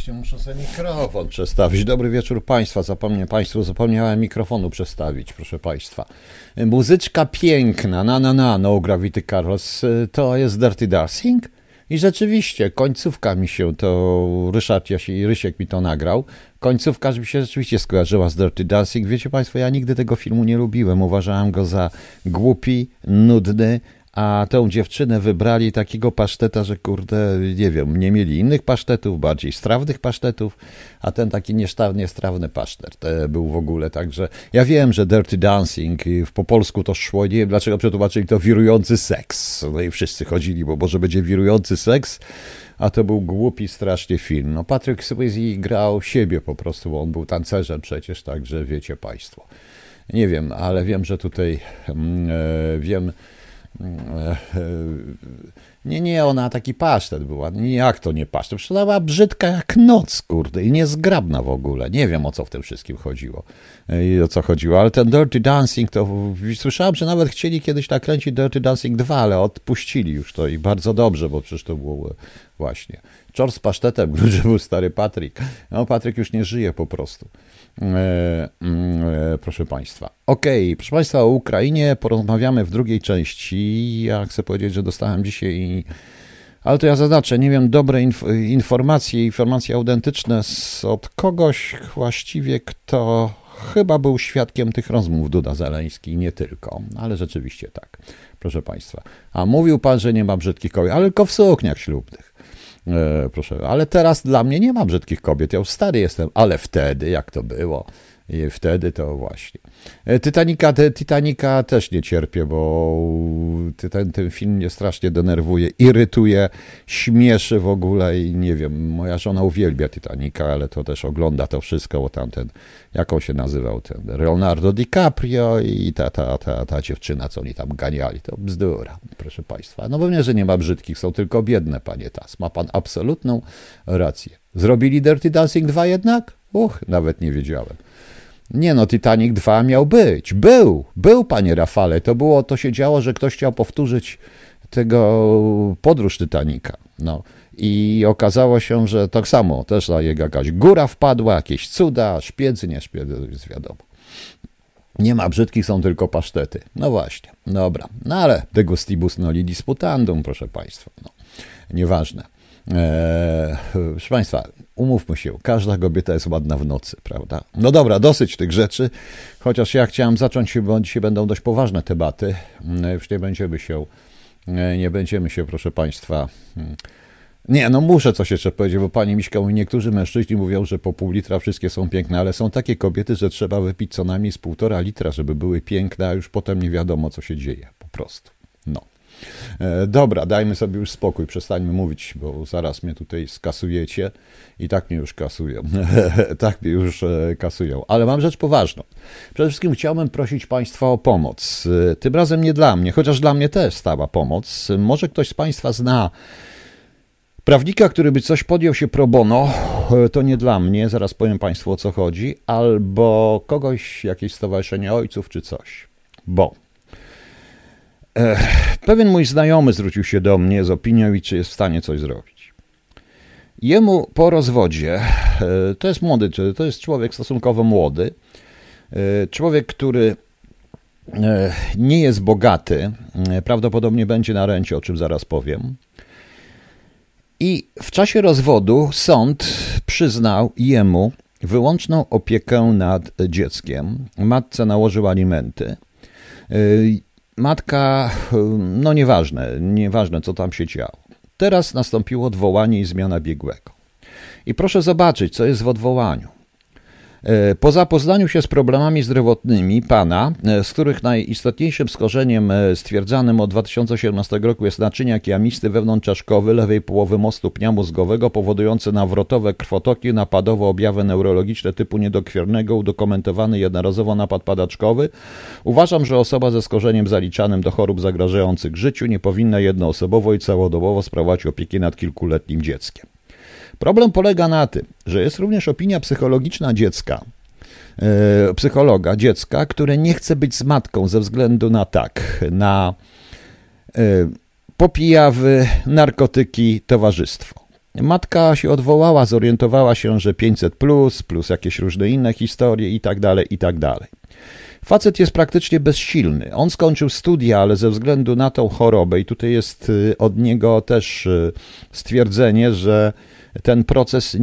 właśnie muszę sobie mikrofon przestawić. Dobry wieczór Państwa. Zapomniałem mikrofonu przestawić, proszę Państwa. Muzyczka piękna, no Gravity Carlos, to jest Dirty Dancing i rzeczywiście końcówka mi się to, Rysiek mi to nagrał, końcówka mi się rzeczywiście skojarzyła z Dirty Dancing. Wiecie Państwo, ja nigdy tego filmu nie lubiłem, uważałem go za głupi, nudny, a tą dziewczynę wybrali takiego paszteta, że kurde, nie wiem, nie mieli innych pasztetów, bardziej strawnych pasztetów, a ten taki niestrawny pasztet był w ogóle, także ja wiem, że Dirty Dancing po polsku to szło, nie wiem dlaczego przetłumaczyli to wirujący seks, no i wszyscy chodzili, bo może będzie wirujący seks, a to był głupi strasznie film. No Patrick Swayze grał siebie po prostu, bo on był tancerzem przecież, także wiecie Państwo. Nie wiem, ale wiem, że tutaj Nie, ona taki pasztet była. Jak to nie pasztet? Przecież ona była brzydka jak noc, kurde, i niezgrabna w ogóle. Nie wiem, o co w tym wszystkim chodziło. Ale ten Dirty Dancing, to słyszałem, że nawet chcieli kiedyś nakręcić Dirty Dancing 2, ale odpuścili już to i bardzo dobrze, bo przecież to było właśnie. Czor z pasztetem, że był stary Patryk. No, Patryk już nie żyje po prostu. Proszę Państwa. Okej, proszę Państwa, o Ukrainie porozmawiamy w drugiej części. Ja chcę powiedzieć, że dostałem dzisiaj, ale to ja zaznaczę, nie wiem, dobre informacje autentyczne od kogoś właściwie, kto chyba był świadkiem tych rozmów Duda Zeleński, nie tylko, ale rzeczywiście tak, proszę Państwa. A mówił Pan, że nie ma brzydkich kobiet, ale tylko w sukniach ślubnych. Proszę, ale teraz dla mnie nie ma brzydkich kobiet, ja już stary jestem, ale wtedy, jak to było, i wtedy to właśnie. Titanica też nie cierpię, bo ten film mnie strasznie denerwuje, irytuje, śmieszy w ogóle i nie wiem, moja żona uwielbia Titanica, ale to też ogląda to wszystko, bo tamten, jak on się nazywał, ten Leonardo DiCaprio i ta dziewczyna, co oni tam ganiali, to bzdura, proszę Państwa. No pewnie, że nie ma brzydkich, są tylko biedne, panie Tas. Ma pan absolutną rację. Zrobili Dirty Dancing 2 jednak? Nawet nie wiedziałem. Nie no, Titanic 2 miał być. Był, panie Rafale. To się działo, że ktoś chciał powtórzyć tego podróż Titanica. No i okazało się, że tak samo, też jakaś góra wpadła, jakieś cuda, szpiedzy, nie szpiedzy, to jest wiadomo. Nie ma brzydkich, są tylko pasztety. No właśnie, dobra. No ale de gustibus noli disputandum, proszę Państwa. No, nieważne. Proszę Państwa, umówmy się, każda kobieta jest ładna w nocy, prawda? No dobra, dosyć tych rzeczy, chociaż ja chciałem zacząć, bo dzisiaj będą dość poważne tematy, już nie będziemy się, proszę Państwa, muszę coś jeszcze powiedzieć, bo pani Miśka mówi, niektórzy mężczyźni mówią, że po pół litra wszystkie są piękne, ale są takie kobiety, że trzeba wypić co najmniej z 1,5 litra, żeby były piękne, a już potem nie wiadomo, co się dzieje, po prostu, no. Dobra, dajmy sobie już spokój, przestańmy mówić, bo zaraz mnie tutaj skasujecie i tak mnie już kasują. Kasują. Ale mam rzecz poważną. Przede wszystkim chciałbym prosić Państwa o pomoc. Tym razem nie dla mnie, chociaż dla mnie też stała pomoc. Może ktoś z Państwa zna prawnika, który by coś podjął się pro bono, to nie dla mnie, zaraz powiem Państwu o co chodzi, albo kogoś, jakieś stowarzyszenie ojców czy coś, bo pewien mój znajomy zwrócił się do mnie z opinią i czy jest w stanie coś zrobić. Jemu po rozwodzie, to jest człowiek stosunkowo młody, człowiek, który nie jest bogaty, prawdopodobnie będzie na rencie, o czym zaraz powiem. I w czasie rozwodu sąd przyznał jemu wyłączną opiekę nad dzieckiem. Matce nałożył alimenty. Matka, no nieważne co tam się działo. Teraz nastąpiło odwołanie i zmiana biegłego. I proszę zobaczyć, co jest w odwołaniu. Po zapoznaniu się z problemami zdrowotnymi pana, z których najistotniejszym schorzeniem stwierdzanym od 2017 roku jest naczyniak jamisty wewnątrzczaszkowy lewej połowy mostu pnia mózgowego powodujący nawrotowe krwotoki, napadowe objawy neurologiczne typu niedokrwionego, udokumentowany jednorazowo napad padaczkowy, uważam, że osoba ze schorzeniem zaliczanym do chorób zagrażających życiu nie powinna jednoosobowo i całodobowo sprawować opieki nad kilkuletnim dzieckiem. Problem polega na tym, że jest również opinia psychologiczna psychologa dziecka, które nie chce być z matką ze względu na popijawy, narkotyki, towarzystwo. Matka się odwołała, zorientowała się, że 500 plus jakieś różne inne historie i tak dalej, i tak dalej. Facet jest praktycznie bezsilny. On skończył studia, ale ze względu na tą chorobę, i tutaj jest od niego też stwierdzenie, że ten proces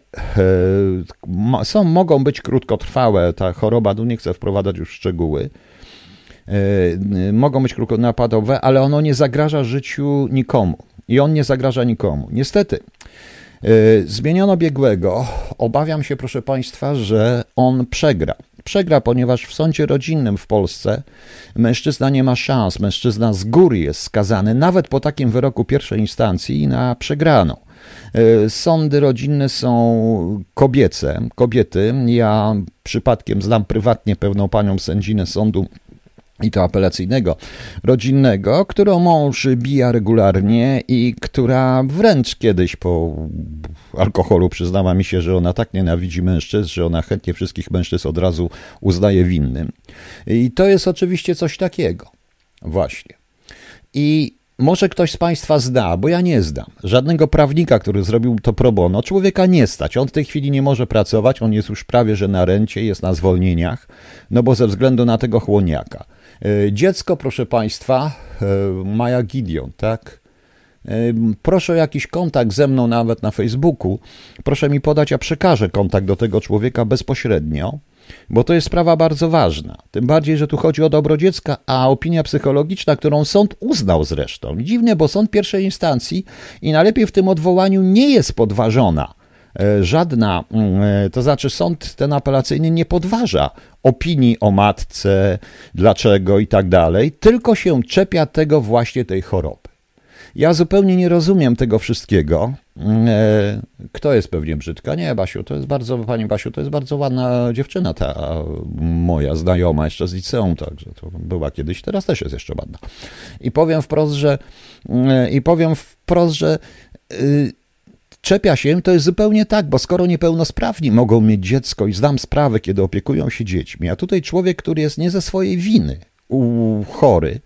mogą być krótkotrwałe, ta choroba, nie chcę wprowadzać już w szczegóły, mogą być krótkonapadowe, ale ono nie zagraża życiu nikomu. I on nie zagraża nikomu. Niestety, zmieniono biegłego. Obawiam się, proszę Państwa, że on przegra. Przegra, ponieważ w sądzie rodzinnym w Polsce mężczyzna nie ma szans. Mężczyzna z góry jest skazany, nawet po takim wyroku pierwszej instancji, na przegraną. Sądy rodzinne są kobiety. Ja przypadkiem znam prywatnie pewną panią sędzinę sądu, i to apelacyjnego, rodzinnego, którą mąż bija regularnie i która wręcz kiedyś po alkoholu przyznała mi się, że ona tak nienawidzi mężczyzn, że ona chętnie wszystkich mężczyzn od razu uznaje winnym. I to jest oczywiście coś takiego. Właśnie. I może ktoś z Państwa zna, bo ja nie znam żadnego prawnika, który zrobił to pro bono. Człowieka nie stać. On w tej chwili nie może pracować, on jest już prawie że na rencie, jest na zwolnieniach, no bo ze względu na tego chłoniaka. Dziecko, proszę Państwa, Maja Gideon, tak? Proszę o jakiś kontakt ze mną nawet na Facebooku. Proszę mi podać, ja przekażę kontakt do tego człowieka bezpośrednio, bo to jest sprawa bardzo ważna. Tym bardziej, że tu chodzi o dobro dziecka, a opinia psychologiczna, którą sąd uznał zresztą. Dziwne, bo sąd pierwszej instancji i najlepiej w tym odwołaniu nie jest podważona żadna, to znaczy sąd ten apelacyjny nie podważa opinii o matce, dlaczego i tak dalej, tylko się czepia tego właśnie tej choroby. Ja zupełnie nie rozumiem tego wszystkiego. Kto jest pewnie brzydka? Nie, Basiu, to jest bardzo, pani Basiu, to jest bardzo ładna dziewczyna, ta moja znajoma jeszcze z liceum, także to była kiedyś, teraz też jest jeszcze ładna. I powiem wprost, że czepia się, to jest zupełnie tak, bo skoro niepełnosprawni mogą mieć dziecko i znam sprawę, kiedy opiekują się dziećmi, a tutaj człowiek, który jest nie ze swojej winy chory,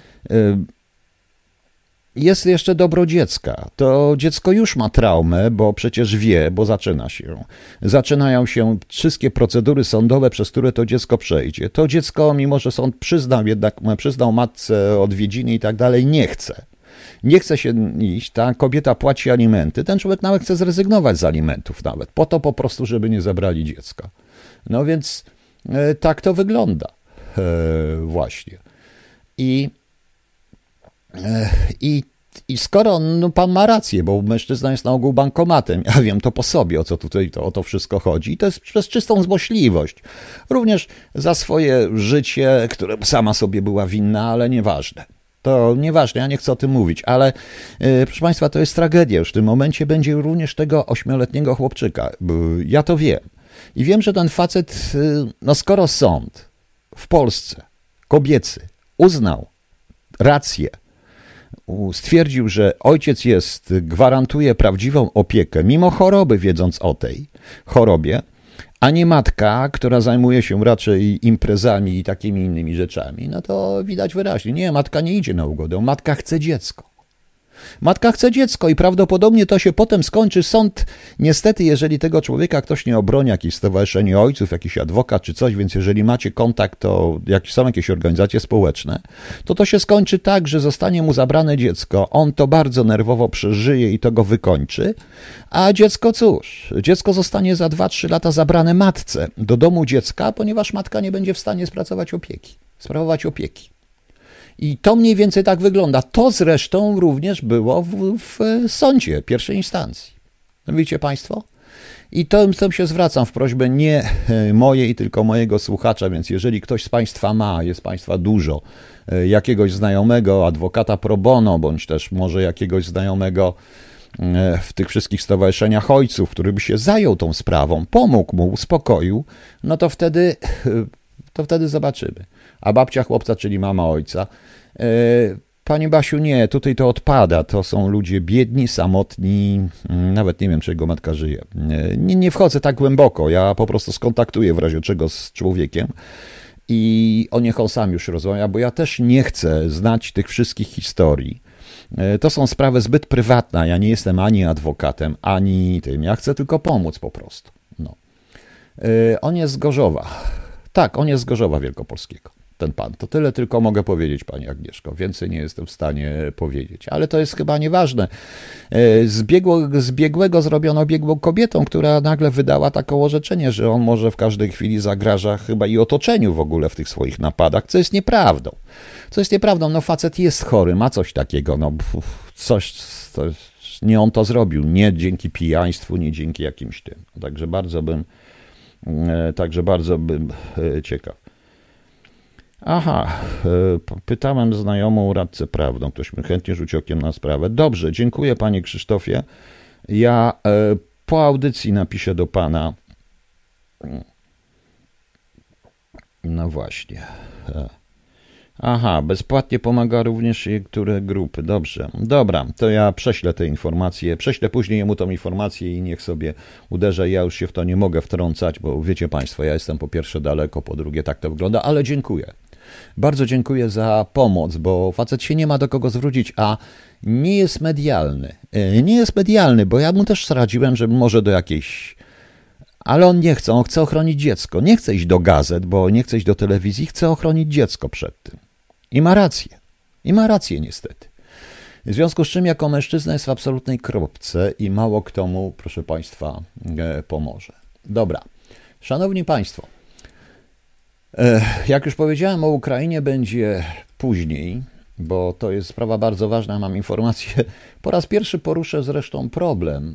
jest jeszcze dobro dziecka. To dziecko już ma traumę, bo przecież wie, bo zaczynają się wszystkie procedury sądowe, przez które to dziecko przejdzie. To dziecko, mimo że sąd przyznał matce odwiedziny i tak dalej, nie chce się iść, ta kobieta płaci alimenty, ten człowiek nawet chce zrezygnować z alimentów nawet, po to po prostu, żeby nie zabrali dziecka. No więc tak to wygląda właśnie. I skoro pan ma rację, bo mężczyzna jest na ogół bankomatem, ja wiem to po sobie, o co tutaj o to wszystko chodzi, i to jest przez czystą złośliwość. Również za swoje życie, które sama sobie była winna, ale nieważne. To nieważne, ja nie chcę o tym mówić, ale proszę Państwa, to jest tragedia. Już w tym momencie będzie również tego 8-letniego chłopczyka. Ja to wiem. I wiem, że ten facet, no skoro sąd w Polsce, kobiecy, uznał rację, stwierdził, że ojciec gwarantuje prawdziwą opiekę, mimo choroby, wiedząc o tej chorobie, a nie matka, która zajmuje się raczej imprezami i takimi innymi rzeczami, no to widać wyraźnie. Nie, matka nie idzie na ugodę, matka chce dziecko. Matka chce dziecko i prawdopodobnie to się potem skończy. Sąd, niestety, jeżeli tego człowieka ktoś nie obroni, jakieś stowarzyszenie ojców, jakiś adwokat czy coś, więc jeżeli macie kontakt, to są jakieś organizacje społeczne, to się skończy tak, że zostanie mu zabrane dziecko, on to bardzo nerwowo przeżyje i to go wykończy, a dziecko cóż, dziecko zostanie za 2-3 lata zabrane matce do domu dziecka, ponieważ matka nie będzie w stanie sprawować opieki. I to mniej więcej tak wygląda. To zresztą również było w sądzie pierwszej instancji. Widzicie Państwo? I tym się zwracam w prośbę nie mojej, tylko mojego słuchacza, więc jeżeli ktoś z Państwa jest Państwa dużo, jakiegoś znajomego, adwokata pro bono, bądź też może jakiegoś znajomego w tych wszystkich stowarzyszeniach ojców, który by się zajął tą sprawą, pomógł mu, uspokoił, no to wtedy zobaczymy. A babcia chłopca, czyli mama ojca, Pani Basiu, nie, tutaj to odpada, to są ludzie biedni, samotni, nawet nie wiem, czy jego matka żyje. Nie wchodzę tak głęboko, ja po prostu skontaktuję w razie czego z człowiekiem i niech on sam już rozmawia, bo ja też nie chcę znać tych wszystkich historii. To są sprawy zbyt prywatne. Ja nie jestem ani adwokatem, ani tym. Ja chcę tylko pomóc po prostu. No. On jest z Gorzowa. Tak, on jest z Gorzowa Wielkopolskiego. Ten pan. To tyle tylko mogę powiedzieć, pani Agnieszko. Więcej nie jestem w stanie powiedzieć. Ale to jest chyba nieważne. Z biegłego zrobiono biegłą kobietą, która nagle wydała takie orzeczenie, że on może w każdej chwili zagraża chyba i otoczeniu w ogóle w tych swoich napadach, co jest nieprawdą. Co jest nieprawdą. No facet jest chory, ma coś takiego. No coś nie on to zrobił. Nie dzięki pijaństwu, nie dzięki jakimś tym. Także bardzo bym ciekaw. Aha, pytałem znajomą radcę prawną, ktoś mi chętnie rzucił okiem na sprawę. Dobrze, dziękuję panie Krzysztofie. Ja po audycji napiszę do pana. No właśnie. Aha, bezpłatnie pomaga również niektóre grupy. Dobrze, dobra, to ja prześlę te informacje, prześlę później jemu tą informację i niech sobie uderza. Ja już się w to nie mogę wtrącać, bo wiecie państwo, ja jestem po pierwsze daleko, po drugie tak to wygląda, ale dziękuję. Bardzo dziękuję za pomoc, bo facet się nie ma do kogo zwrócić, a nie jest medialny. Nie jest medialny, bo ja mu też radziłem, żeby może do jakiejś... Ale on nie chce, on chce ochronić dziecko. Nie chce iść do gazet, bo nie chce iść do telewizji, chce ochronić dziecko przed tym. I ma rację. I ma rację niestety. W związku z czym jako mężczyzna jest w absolutnej kropce i mało kto mu, proszę państwa, pomoże. Dobra. Szanowni państwo, jak już powiedziałem, o Ukrainie będzie później, bo to jest sprawa bardzo ważna, mam informację. Po raz pierwszy poruszę zresztą problem,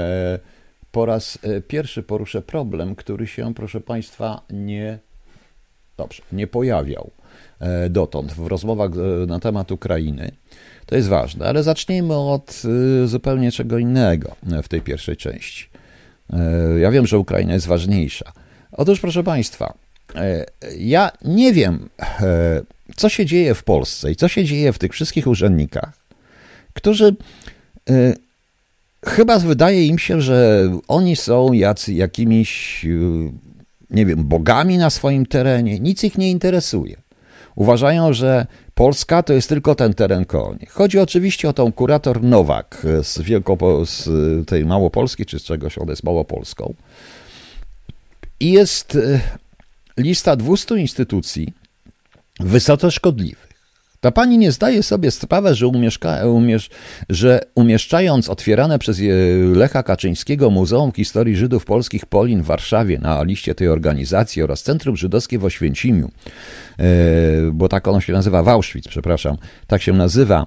który się, proszę państwa, nie pojawiał dotąd w rozmowach na temat Ukrainy. To jest ważne, ale zacznijmy od zupełnie czego innego w tej pierwszej części. Ja wiem, że Ukraina jest ważniejsza. Otóż, proszę państwa, ja nie wiem, co się dzieje w Polsce i co się dzieje w tych wszystkich urzędnikach, którzy chyba wydaje im się, że oni są jakimiś, nie wiem, bogami na swoim terenie. Nic ich nie interesuje. Uważają, że Polska to jest tylko ten teren koło nich. Chodzi oczywiście o tą kurator Nowak z tej Małopolski, czy z czegoś, ona jest Małopolską. I jest lista 200 instytucji wysoce szkodliwych. Ta pani nie zdaje sobie sprawy, że umieszczając otwierane przez Lecha Kaczyńskiego Muzeum Historii Żydów Polskich Polin w Warszawie na liście tej organizacji oraz Centrum Żydowskie w Oświęcimiu, bo tak ono się nazywa, w Auschwitz, przepraszam, tak się nazywa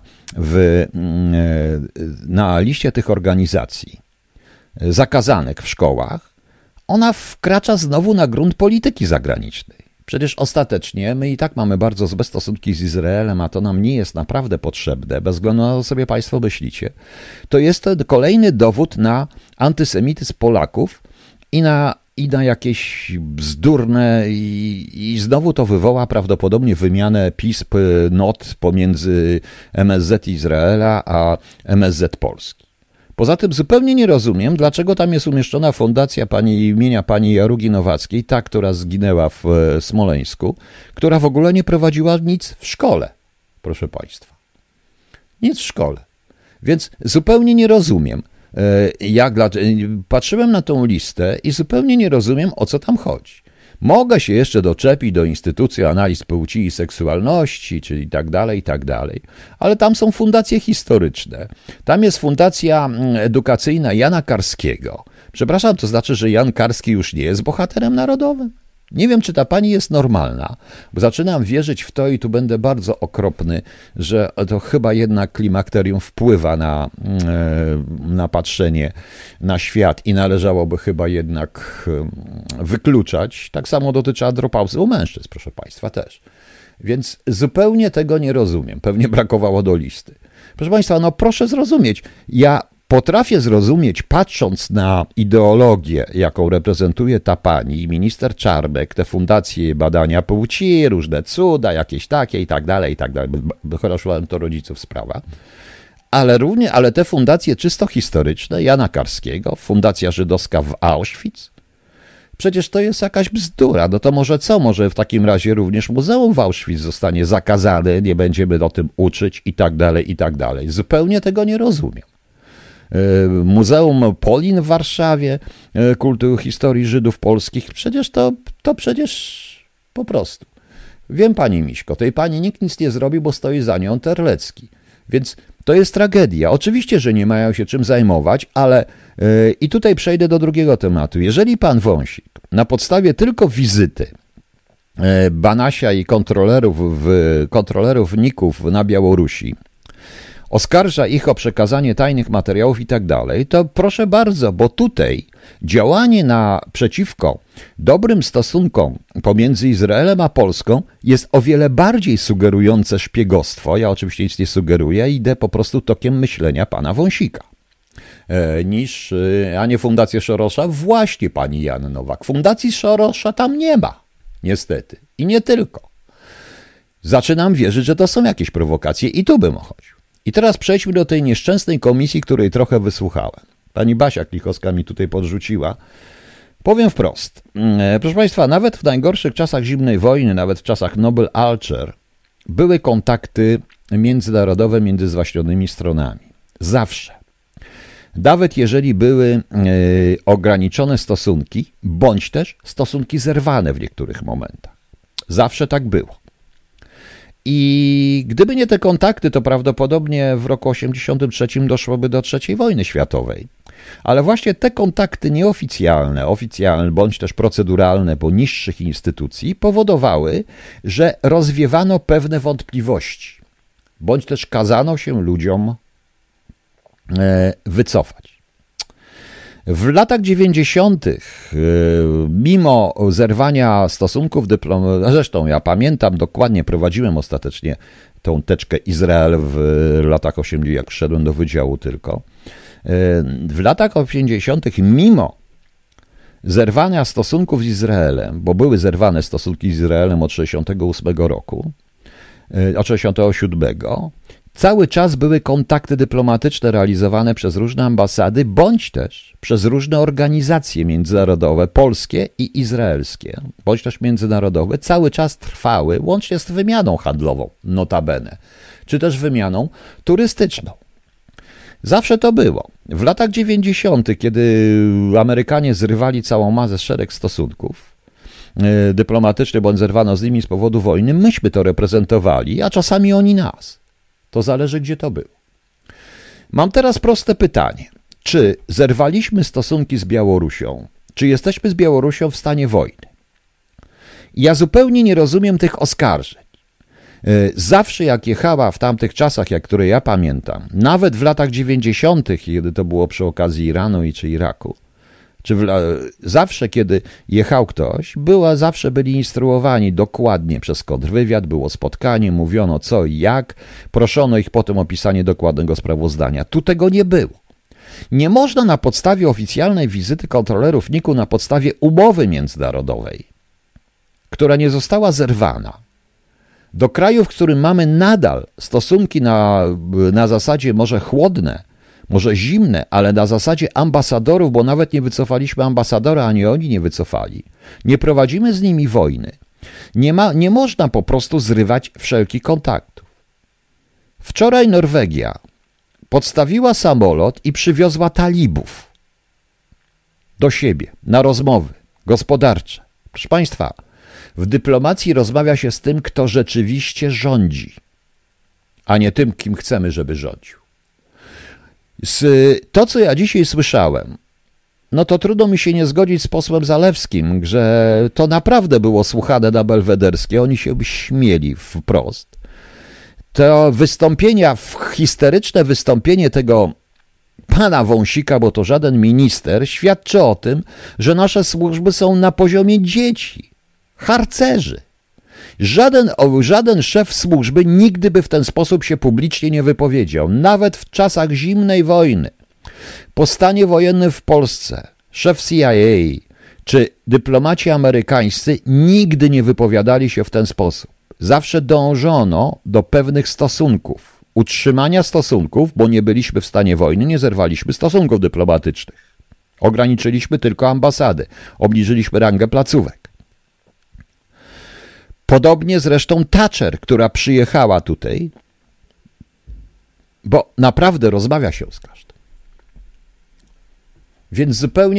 na liście tych organizacji zakazanych w szkołach, ona wkracza znowu na grunt polityki zagranicznej. Przecież ostatecznie my i tak mamy bardzo złe stosunki z Izraelem, a to nam nie jest naprawdę potrzebne, bez względu na to, sobie państwo myślicie. To jest to kolejny dowód na antysemityzm Polaków i na jakieś bzdurne i znowu to wywoła prawdopodobnie wymianę pism, not pomiędzy MSZ Izraela a MSZ Polski. Poza tym zupełnie nie rozumiem, dlaczego tam jest umieszczona fundacja imienia pani Jarugi Nowackiej, ta, która zginęła w Smoleńsku, która w ogóle nie prowadziła nic w szkole, proszę państwa. Nic w szkole. Więc zupełnie nie rozumiem, patrzyłem na tą listę i zupełnie nie rozumiem, o co tam chodzi. Mogę się jeszcze doczepić do Instytucji Analiz Płci i Seksualności, czyli tak dalej, ale tam są fundacje historyczne. Tam jest fundacja edukacyjna Jana Karskiego. Przepraszam, to znaczy, że Jan Karski już nie jest bohaterem narodowym? Nie wiem, czy ta pani jest normalna, bo zaczynam wierzyć w to i tu będę bardzo okropny, że to chyba jednak klimakterium wpływa na patrzenie na świat i należałoby chyba jednak wykluczać. Tak samo dotyczy andropauzy u mężczyzn, proszę państwa, też. Więc zupełnie tego nie rozumiem. Pewnie brakowało do listy. Proszę państwa, no proszę zrozumieć, ja potrafię zrozumieć, patrząc na ideologię, jaką reprezentuje ta pani, minister Czarnek, te fundacje badania płci, różne cuda, jakieś takie i tak dalej, chociaż to rodziców sprawa, ale te fundacje czysto historyczne, Jana Karskiego, Fundacja Żydowska w Auschwitz, Przecież to jest jakaś bzdura. No to może co? Może w takim razie również Muzeum w Auschwitz zostanie zakazane, nie będziemy o tym uczyć i tak dalej, i tak dalej. Zupełnie tego nie rozumiem. Muzeum Polin w Warszawie, kultu historii Żydów polskich, przecież to przecież po prostu. Wiem, pani Miśko, tej pani nikt nic nie zrobi, bo stoi za nią Terlecki. Więc to jest tragedia. Oczywiście, że nie mają się czym zajmować, ale i tutaj przejdę do drugiego tematu. Jeżeli pan Wąsik na podstawie tylko wizyty Banasia i kontrolerów NIK-ów na Białorusi oskarża ich o przekazanie tajnych materiałów i tak dalej, to proszę bardzo, bo tutaj działanie przeciwko dobrym stosunkom pomiędzy Izraelem a Polską jest o wiele bardziej sugerujące szpiegostwo, ja oczywiście nic nie sugeruję, idę po prostu tokiem myślenia pana Wąsika, a nie Fundację Sorosza. Właśnie, pani Jan Nowak, Fundacji Sorosza tam nie ma, niestety, i nie tylko. Zaczynam wierzyć, że to są jakieś prowokacje i tu bym chodził. I teraz przejdźmy do tej nieszczęsnej komisji, której trochę wysłuchałem. Pani Basia Klichowska mi tutaj podrzuciła. Powiem wprost. Proszę państwa, nawet w najgorszych czasach zimnej wojny, nawet w czasach Nobel Alcher, były kontakty międzynarodowe między zwaśnionymi stronami. Zawsze. Nawet jeżeli były ograniczone stosunki, bądź też stosunki zerwane w niektórych momentach. Zawsze tak było. I gdyby nie te kontakty, to prawdopodobnie w roku 1983 doszłoby do III wojny światowej. Ale właśnie te kontakty nieoficjalne, oficjalne bądź też proceduralne, bo niższych instytucji powodowały, że rozwiewano pewne wątpliwości, bądź też kazano się ludziom wycofać. W latach 90., mimo zerwania stosunków dyplomatycznych, zresztą ja pamiętam dokładnie, prowadziłem ostatecznie tą teczkę Izrael w latach 80., jak szedłem do wydziału tylko. W latach 80., mimo zerwania stosunków z Izraelem, bo były zerwane stosunki z Izraelem od 68 roku, od 67, cały czas były kontakty dyplomatyczne realizowane przez różne ambasady, bądź też przez różne organizacje międzynarodowe, polskie i izraelskie, bądź też międzynarodowe, cały czas trwały, łącznie z wymianą handlową, notabene, czy też wymianą turystyczną. Zawsze to było. W latach 90., kiedy Amerykanie zrywali całą masę szereg stosunków dyplomatycznych, bądź zerwano z nimi z powodu wojny, myśmy to reprezentowali, a czasami oni nas. To zależy, gdzie to było. Mam teraz proste pytanie. Czy zerwaliśmy stosunki z Białorusią? Czy jesteśmy z Białorusią w stanie wojny? Ja zupełnie nie rozumiem tych oskarżeń. Zawsze jak jechała w tamtych czasach, które ja pamiętam, nawet w latach 90., kiedy to było przy okazji Iranu czy Iraku, zawsze kiedy jechał ktoś, zawsze byli instruowani dokładnie przez kontrwywiad, było spotkanie, mówiono co i jak, proszono ich potem o pisanie dokładnego sprawozdania. Tu tego nie było. Nie można na podstawie oficjalnej wizyty kontrolerów NIK-u, na podstawie umowy międzynarodowej, która nie została zerwana, do kraju, w którym mamy nadal stosunki na zasadzie może chłodne, może zimne, ale na zasadzie ambasadorów, bo nawet nie wycofaliśmy ambasadora, ani oni nie wycofali. Nie prowadzimy z nimi wojny. Nie można po prostu zrywać wszelkich kontaktów. Wczoraj Norwegia podstawiła samolot i przywiozła talibów do siebie na rozmowy gospodarcze. Proszę państwa, w dyplomacji rozmawia się z tym, kto rzeczywiście rządzi, a nie tym, kim chcemy, żeby rządził. To, co ja dzisiaj słyszałem, no to trudno mi się nie zgodzić z posłem Zalewskim, że to naprawdę było słuchane na belwederskie, oni się śmieli wprost. To wystąpienia, histeryczne wystąpienie tego pana Wąsika, bo to żaden minister, świadczy o tym, że służby są na poziomie dzieci, harcerzy. Żaden szef służby nigdy by w ten sposób się publicznie nie wypowiedział. Nawet w czasach zimnej wojny, po stanie wojennym w Polsce, szef CIA czy dyplomaci amerykańscy nigdy nie wypowiadali się w ten sposób. Zawsze dążono do pewnych stosunków, utrzymania stosunków, bo nie byliśmy w stanie wojny, nie zerwaliśmy stosunków dyplomatycznych. Ograniczyliśmy tylko ambasady, obniżyliśmy rangę placówek. Podobnie zresztą Thatcher, która przyjechała tutaj, bo naprawdę rozmawia się z każdym. Więc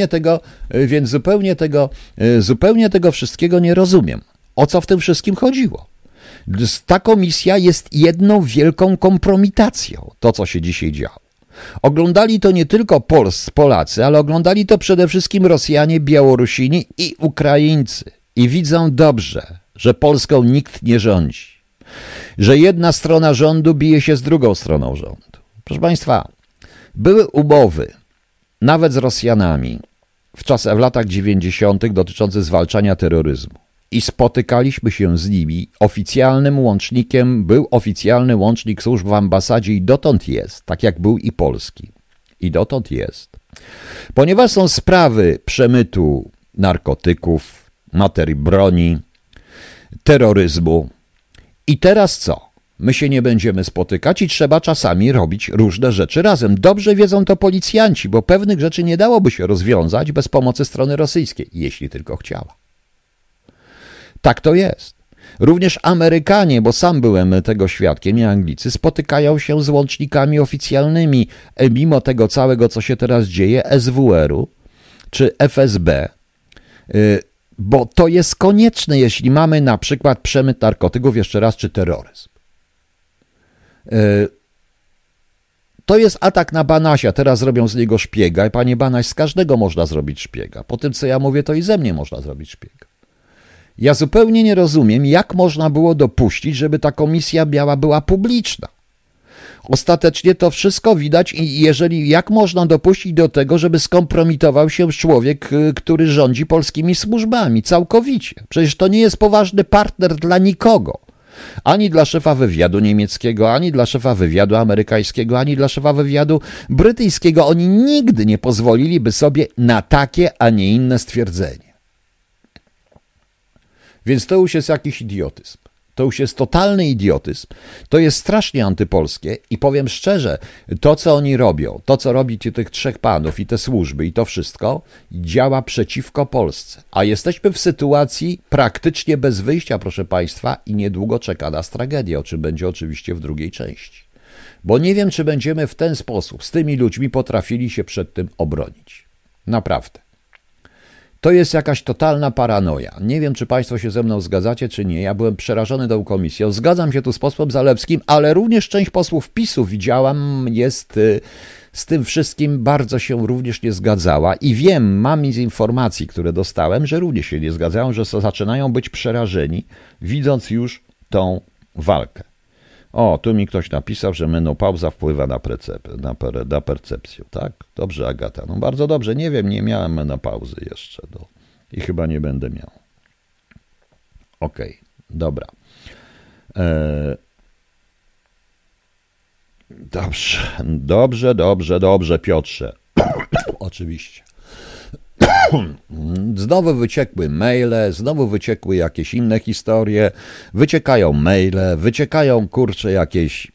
zupełnie tego wszystkiego nie rozumiem. O co w tym wszystkim chodziło? Ta komisja jest jedną wielką kompromitacją, to co się dzisiaj działo. Oglądali to nie tylko Polacy, ale oglądali to przede wszystkim Rosjanie, Białorusini i Ukraińcy. I widzą dobrze, że Polską nikt nie rządzi. Że jedna strona rządu bije się z drugą stroną rządu. Proszę Państwa, były umowy, nawet z Rosjanami, w latach 90. dotyczące zwalczania terroryzmu. I spotykaliśmy się z nimi. Oficjalnym łącznikiem był oficjalny łącznik służb w ambasadzie i dotąd jest, tak jak był i polski. I dotąd jest. Ponieważ są sprawy przemytu narkotyków, materii broni, terroryzmu. I teraz co? My się nie będziemy spotykać i trzeba czasami robić różne rzeczy razem. Dobrze wiedzą to policjanci, bo pewnych rzeczy nie dałoby się rozwiązać bez pomocy strony rosyjskiej, jeśli tylko chciała. Tak to jest. Również Amerykanie, bo sam byłem tego świadkiem, i Anglicy, spotykają się z łącznikami oficjalnymi, mimo tego całego, co się teraz dzieje, SWR-u czy FSB, bo to jest konieczne, jeśli mamy na przykład przemyt narkotyków, jeszcze raz, czy terroryzm. To jest atak na Banasia, teraz zrobią z niego szpiega i panie Banaś, z każdego można zrobić szpiega. Po tym, co ja mówię, to i ze mnie można zrobić szpiega. Ja zupełnie nie rozumiem, jak można było dopuścić, żeby ta komisja była publiczna. Ostatecznie to wszystko widać i jak można dopuścić do tego, żeby skompromitował się człowiek, który rządzi polskimi służbami całkowicie. Przecież to nie jest poważny partner dla nikogo. Ani dla szefa wywiadu niemieckiego, ani dla szefa wywiadu amerykańskiego, ani dla szefa wywiadu brytyjskiego. Oni nigdy nie pozwoliliby sobie na takie, a nie inne stwierdzenie. Więc to już jest jakiś idiotyzm. To już jest totalny idiotyzm. To jest strasznie antypolskie i powiem szczerze, to co oni robią, to co robi tych trzech panów i te służby i to wszystko działa przeciwko Polsce. A jesteśmy w sytuacji praktycznie bez wyjścia, proszę Państwa, i niedługo czeka nas tragedia, o czym będzie oczywiście w drugiej części. Bo nie wiem, czy będziemy w ten sposób z tymi ludźmi potrafili się przed tym obronić. Naprawdę. To jest jakaś totalna paranoja. Nie wiem, czy Państwo się ze mną zgadzacie, czy nie. Ja byłem przerażony tą komisją. Zgadzam się tu z posłem Zalewskim, ale również część posłów PiS-u widziałam, jest z tym wszystkim bardzo się również nie zgadzała. I wiem, mam z informacji, które dostałem, że również się nie zgadzają, że zaczynają być przerażeni, widząc już tą walkę. O, tu mi ktoś napisał, że menopauza wpływa na percepcję, tak? Dobrze, Agata. No bardzo dobrze. Nie wiem, nie miałem menopauzy jeszcze. I chyba nie będę miał. Okej, dobra. Dobrze, Piotrze. Oczywiście. Znowu wyciekły maile, znowu wyciekły jakieś inne historie, wyciekają maile, wyciekają, jakieś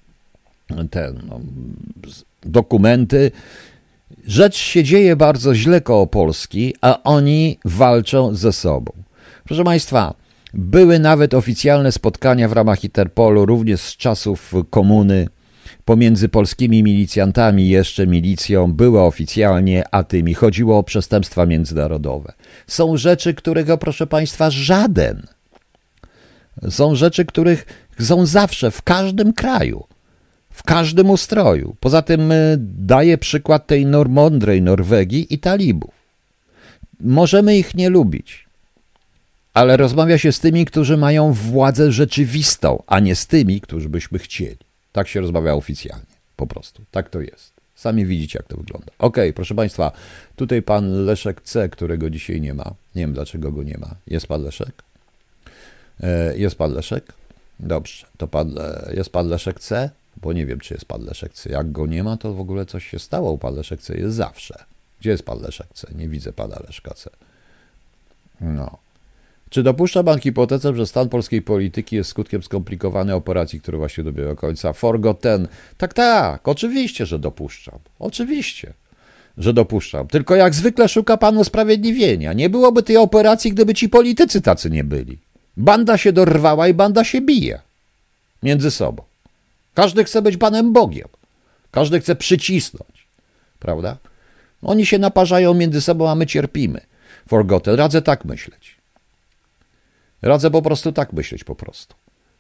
dokumenty. Rzecz się dzieje bardzo źle koło Polski, a oni walczą ze sobą. Proszę Państwa, były nawet oficjalne spotkania w ramach Interpolu, również z czasów komuny, pomiędzy polskimi milicjantami i jeszcze milicją, było oficjalnie, a tymi. Chodziło o przestępstwa międzynarodowe. Są rzeczy, którego, proszę Państwa, żaden. Są rzeczy, których są zawsze, w każdym kraju, w każdym ustroju. Poza tym daję przykład tej mądrej Norwegii i talibów. Możemy ich nie lubić, ale rozmawia się z tymi, którzy mają władzę rzeczywistą, a nie z tymi, którzy byśmy chcieli. Tak się rozmawia oficjalnie, po prostu. Tak to jest. Sami widzicie, jak to wygląda. Okej, proszę Państwa, tutaj pan Leszek C., którego dzisiaj nie ma. Nie wiem, dlaczego go nie ma. Jest pan Leszek? Jest pan Leszek? Dobrze, to jest pan Leszek C., bo nie wiem, czy jest pan Leszek C. Jak go nie ma, to w ogóle coś się stało. Pan Leszek C. jest zawsze. Gdzie jest pan Leszek C.? Nie widzę pana Leszka C. No. Czy dopuszcza pan hipotezę, że stan polskiej polityki jest skutkiem skomplikowanej operacji, która właśnie dobiega końca? Forgotten. Tak, oczywiście, że dopuszczam. Oczywiście. że dopuszczam. Tylko jak zwykle szuka pan usprawiedliwienia. Nie byłoby tej operacji, gdyby ci politycy tacy nie byli. Banda się dorwała i banda się bije między sobą. Każdy chce być Panem Bogiem. Każdy chce przycisnąć. Prawda? Oni się naparzają między sobą, a my cierpimy. Forgotten. Radzę tak myśleć. Radzę po prostu tak myśleć po prostu.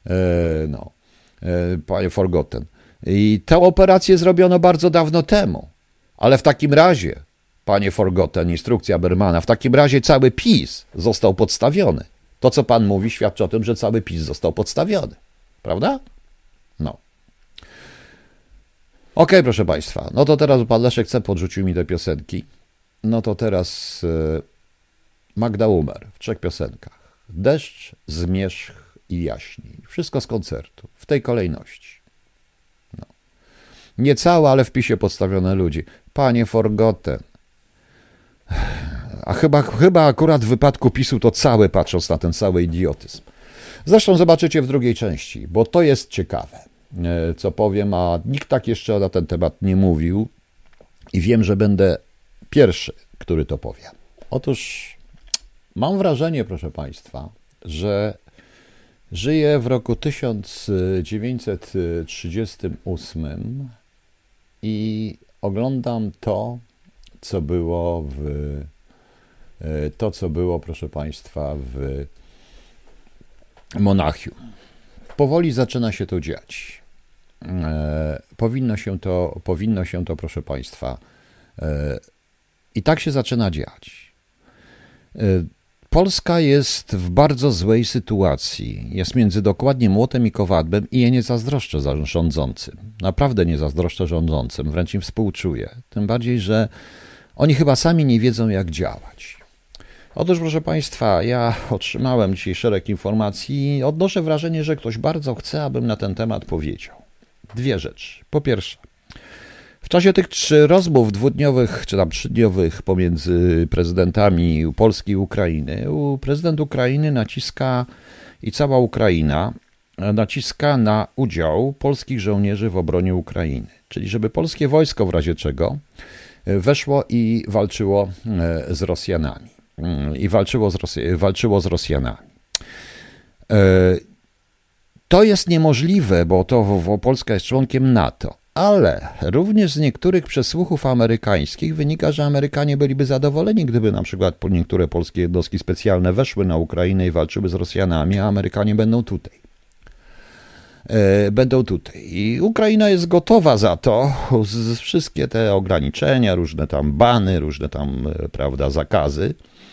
Panie Forgotten. I tę operację zrobiono bardzo dawno temu. Ale w takim razie, panie Forgotten, instrukcja Bermana, w takim razie cały PiS został podstawiony. To, co pan mówi, świadczy o tym, że cały PiS został podstawiony. Prawda? No. Okej, proszę państwa. No to teraz pan Leszek C. podrzucił mi te piosenki. No to teraz Magda Umer w 3 piosenkach. Deszcz, zmierzch i jaśniej. Wszystko z koncertu. W tej kolejności. No. Nie całe, ale w PiSie podstawione ludzi. Panie Forgotten. A chyba akurat w wypadku PiSu to całe, patrząc na ten cały idiotyzm. Zresztą zobaczycie w drugiej części, bo to jest ciekawe, co powiem, a nikt tak jeszcze na ten temat nie mówił i wiem, że będę pierwszy, który to powie. Otóż mam wrażenie, proszę państwa, że żyję w roku 1938 i oglądam to, co było, proszę państwa, w Monachium. Powoli zaczyna się to dziać. Powinno się to, proszę państwa, i tak się zaczyna dziać. Polska jest w bardzo złej sytuacji. Jest między dokładnie młotem i kowadłem i ja nie zazdroszczę rządzącym. Naprawdę nie zazdroszczę rządzącym, wręcz im współczuję. Tym bardziej, że oni chyba sami nie wiedzą, jak działać. Otóż, proszę państwa, ja otrzymałem dzisiaj szereg informacji i odnoszę wrażenie, że ktoś bardzo chce, abym na ten temat powiedział. 2 rzeczy. Po pierwsze, w czasie tych 3 rozmów 2-dniowych, czy tam 3-dniowych pomiędzy prezydentami Polski i Ukrainy, prezydent Ukrainy naciska i cała Ukraina naciska na udział polskich żołnierzy w obronie Ukrainy. Czyli żeby polskie wojsko w razie czego weszło i walczyło z Rosjanami. Walczyło z Rosjanami. To jest niemożliwe, bo Polska jest członkiem NATO, ale również z niektórych przesłuchów amerykańskich wynika, że Amerykanie byliby zadowoleni, gdyby na przykład niektóre polskie jednostki specjalne weszły na Ukrainę i walczyły z Rosjanami, a Amerykanie będą tutaj. I Ukraina jest gotowa za to, wszystkie te ograniczenia, różne tam bany, różne tam, prawda, zakazy,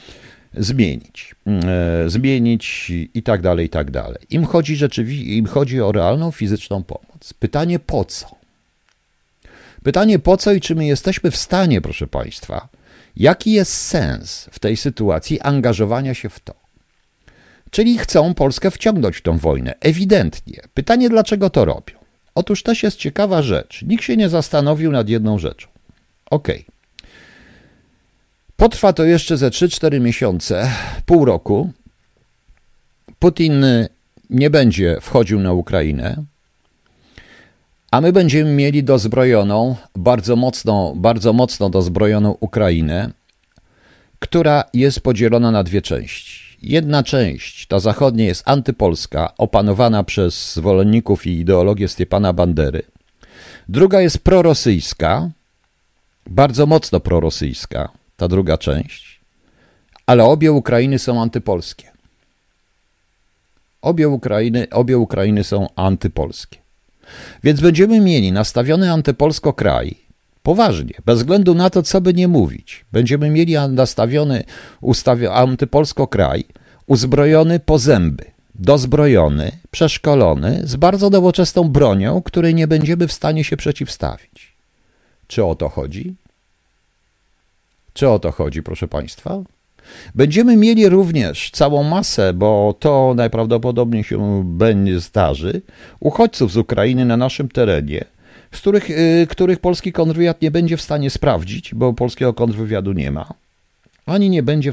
zmienić i tak dalej, i tak dalej. Im chodzi o realną fizyczną pomoc. Pytanie po co? Pytanie po co i czy my jesteśmy w stanie, proszę państwa, jaki jest sens w tej sytuacji angażowania się w to? Czyli chcą Polskę wciągnąć w tą wojnę, ewidentnie. Pytanie, dlaczego to robią? Otóż też jest ciekawa rzecz. Nikt się nie zastanowił nad jedną rzeczą. Okej. Potrwa to jeszcze ze 3-4 miesiące, pół roku. Putin nie będzie wchodził na Ukrainę, a my będziemy mieli dozbrojoną, bardzo mocno dozbrojoną Ukrainę, która jest podzielona na 2 części. Jedna część, ta zachodnia, jest antypolska, opanowana przez zwolenników i ideologię Stepana Bandery. Druga jest prorosyjska, bardzo mocno prorosyjska, ta druga część, ale obie Ukrainy są antypolskie. Obie Ukrainy są antypolskie. Więc będziemy mieli nastawiony antypolsko kraj, poważnie, bez względu na to, co by nie mówić. Będziemy mieli nastawiony antypolsko kraj, uzbrojony po zęby, dozbrojony, przeszkolony, z bardzo nowoczesną bronią, której nie będziemy w stanie się przeciwstawić. Czy o to chodzi? Czy o to chodzi, proszę państwa? Będziemy mieli również całą masę, bo to najprawdopodobniej się będzie zdarzy, uchodźców z Ukrainy na naszym terenie, z których polski kontrwywiad nie będzie w stanie sprawdzić, bo polskiego kontrwywiadu nie ma, ani nie będzie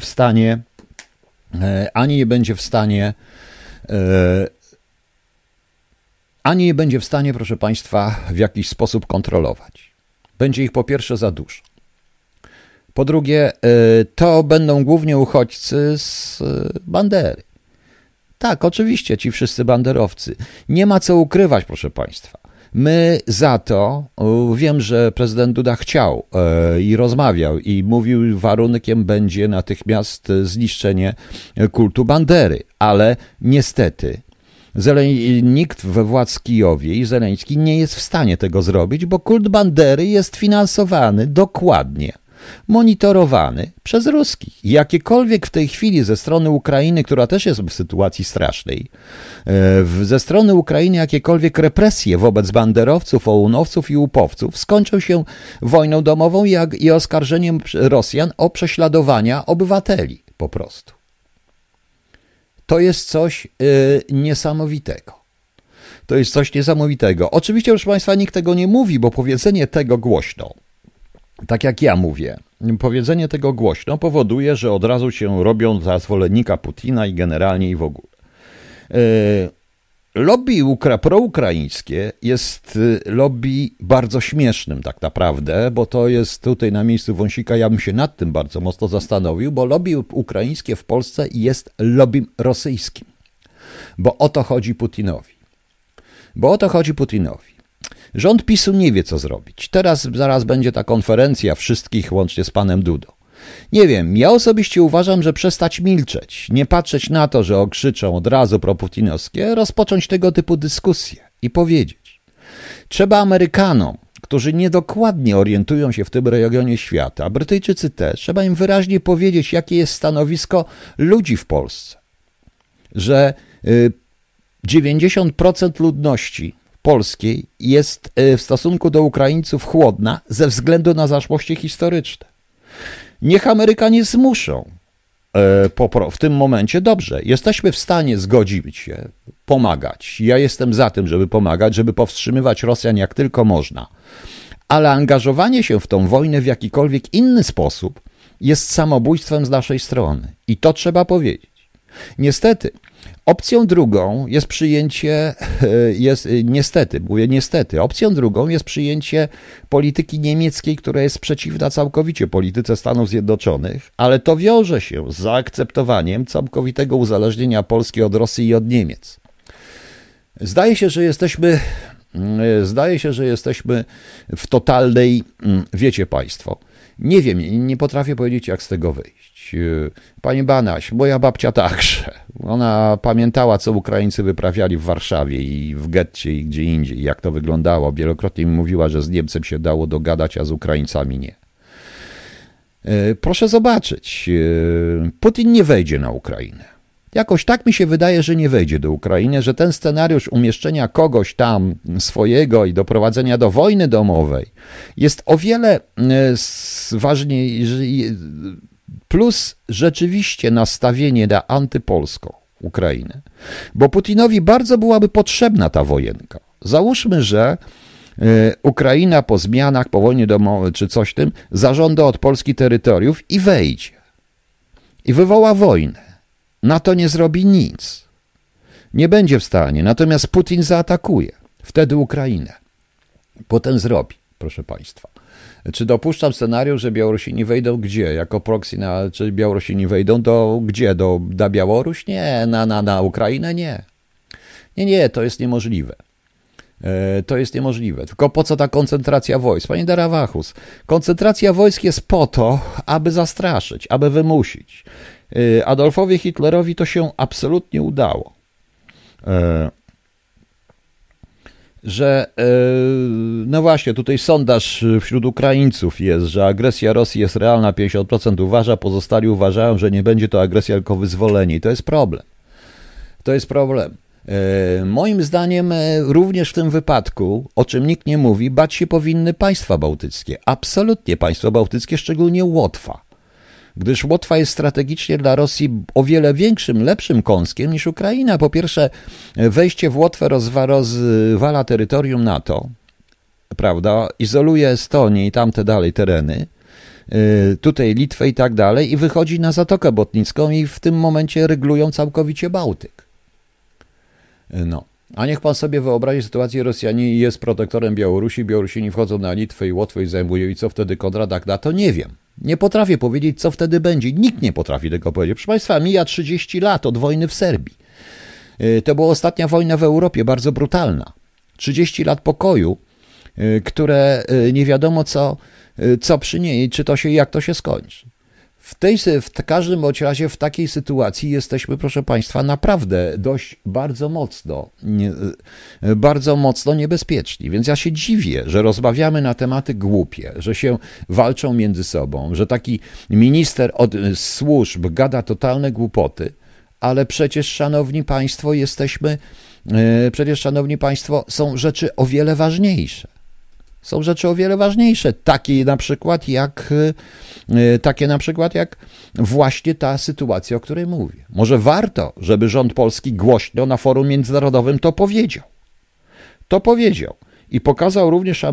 w stanie, proszę państwa, w jakiś sposób kontrolować. Będzie ich po pierwsze za dużo. Po drugie, to będą głównie uchodźcy z Bandery. Tak, oczywiście, ci wszyscy banderowcy. Nie ma co ukrywać, proszę państwa. My za to, wiem, że prezydent Duda chciał i rozmawiał i mówił, warunkiem będzie natychmiast zniszczenie kultu Bandery, ale niestety nikt we władz Kijowie i Zeleński nie jest w stanie tego zrobić, bo kult Bandery jest finansowany dokładnie, monitorowany przez Ruskich. Jakiekolwiek w tej chwili ze strony Ukrainy, która też jest w sytuacji strasznej, ze strony Ukrainy jakiekolwiek represje wobec banderowców, ołunowców i upowców skończą się wojną domową i oskarżeniem Rosjan o prześladowania obywateli po prostu. To jest coś niesamowitego. To jest coś niesamowitego. Oczywiście, proszę państwa, nikt tego nie mówi, bo powiedzenie tego głośno, tak jak ja mówię, powiedzenie tego głośno powoduje, że od razu się robią za zwolennika Putina i generalnie i w ogóle. Lobby proukraińskie jest lobby bardzo śmiesznym tak naprawdę, bo to jest tutaj na miejscu Wąsika, ja bym się nad tym bardzo mocno zastanowił, bo lobby ukraińskie w Polsce jest lobbym rosyjskim. Bo o to chodzi Putinowi. Rząd PiS-u nie wie, co zrobić. Zaraz będzie ta konferencja wszystkich, łącznie z panem Dudą. Nie wiem, ja osobiście uważam, że przestać milczeć, nie patrzeć na to, że okrzyczą od razu proputinowskie, rozpocząć tego typu dyskusje i powiedzieć. Trzeba Amerykanom, którzy niedokładnie orientują się w tym regionie świata, a Brytyjczycy też, trzeba im wyraźnie powiedzieć, jakie jest stanowisko ludzi w Polsce. Że 90% ludności polskiej jest w stosunku do Ukraińców chłodna ze względu na zaszłości historyczne. Niech Amerykanie zmuszą w tym momencie, dobrze, jesteśmy w stanie zgodzić się, pomagać. Ja jestem za tym, żeby pomagać, żeby powstrzymywać Rosjan jak tylko można. Ale angażowanie się w tą wojnę w jakikolwiek inny sposób jest samobójstwem z naszej strony. I to trzeba powiedzieć. Niestety, opcją drugą jest przyjęcie, opcją drugą jest przyjęcie polityki niemieckiej, która jest przeciwna całkowicie polityce Stanów Zjednoczonych, ale to wiąże się z zaakceptowaniem całkowitego uzależnienia Polski od Rosji i od Niemiec. Zdaje się, że jesteśmy w totalnej, wiecie państwo, nie wiem, nie potrafię powiedzieć, jak z tego wyjść. Pani Banaś, moja babcia także. Ona pamiętała, co Ukraińcy wyprawiali w Warszawie i w getcie i gdzie indziej, jak to wyglądało. Wielokrotnie mi mówiła, że z Niemcem się dało dogadać, a z Ukraińcami nie. Proszę zobaczyć, Putin nie wejdzie na Ukrainę. Jakoś tak mi się wydaje, że nie wejdzie do Ukrainy, że ten scenariusz umieszczenia kogoś tam swojego i doprowadzenia do wojny domowej jest o wiele ważniejszy, plus rzeczywiście nastawienie na antypolską Ukrainę. Bo Putinowi bardzo byłaby potrzebna ta wojenka. Załóżmy, że Ukraina po zmianach, po wojnie domowej czy coś tym zażąda od Polski terytoriów i wejdzie. I wywoła wojnę. NATO nie zrobi nic. Nie będzie w stanie. Natomiast Putin zaatakuje. Wtedy Ukrainę. Potem zrobi, proszę państwa. Czy dopuszczam scenariusz, że Białorusini wejdą gdzie? Jako proxy czy Białorusini wejdą do gdzie? Na Białoruś? Nie. Na Ukrainę? Nie. Nie, to jest niemożliwe. To jest niemożliwe. Tylko po co ta koncentracja wojsk? Panie Darawachus, koncentracja wojsk jest po to, aby zastraszyć, aby wymusić. Adolfowi Hitlerowi to się absolutnie udało. No właśnie, tutaj sondaż wśród Ukraińców jest, że agresja Rosji jest realna, 50% uważa, pozostali uważają, że nie będzie to agresja, tylko wyzwolenie. I to jest problem. To jest problem. Moim zdaniem również w tym wypadku, o czym nikt nie mówi, bać się powinny państwa bałtyckie. Absolutnie państwa bałtyckie, szczególnie Łotwa. Gdyż Łotwa jest strategicznie dla Rosji o wiele większym, lepszym kąskiem niż Ukraina. Po pierwsze, wejście w Łotwę rozwala terytorium NATO, prawda, izoluje Estonię i tamte dalej tereny, tutaj Litwę i tak dalej i wychodzi na Zatokę Botnicką i w tym momencie ryglują całkowicie Bałtyk. No. A niech pan sobie wyobrazi sytuację, Rosjanie jest protektorem Białorusi, Białorusini wchodzą na Litwę i Łotwę i zajmują i co wtedy Konrad da, to nie wiem. Nie potrafię powiedzieć, co wtedy będzie. Nikt nie potrafi tego powiedzieć. Proszę państwa, mija 30 lat od wojny w Serbii. To była ostatnia wojna w Europie, bardzo brutalna. 30 lat pokoju, które nie wiadomo co przyniesie, czy to się, jak to się skończy. W każdym bądź razie w takiej sytuacji jesteśmy, proszę państwa, naprawdę dość bardzo mocno niebezpieczni. Więc ja się dziwię, że rozmawiamy na tematy głupie, że się walczą między sobą, że taki minister od służb gada totalne głupoty, ale przecież, szanowni państwo, są rzeczy o wiele ważniejsze. Są rzeczy o wiele ważniejsze, takie na przykład jak właśnie ta sytuacja, o której mówię. Może warto, żeby rząd polski głośno na forum międzynarodowym to powiedział. To powiedział i pokazał również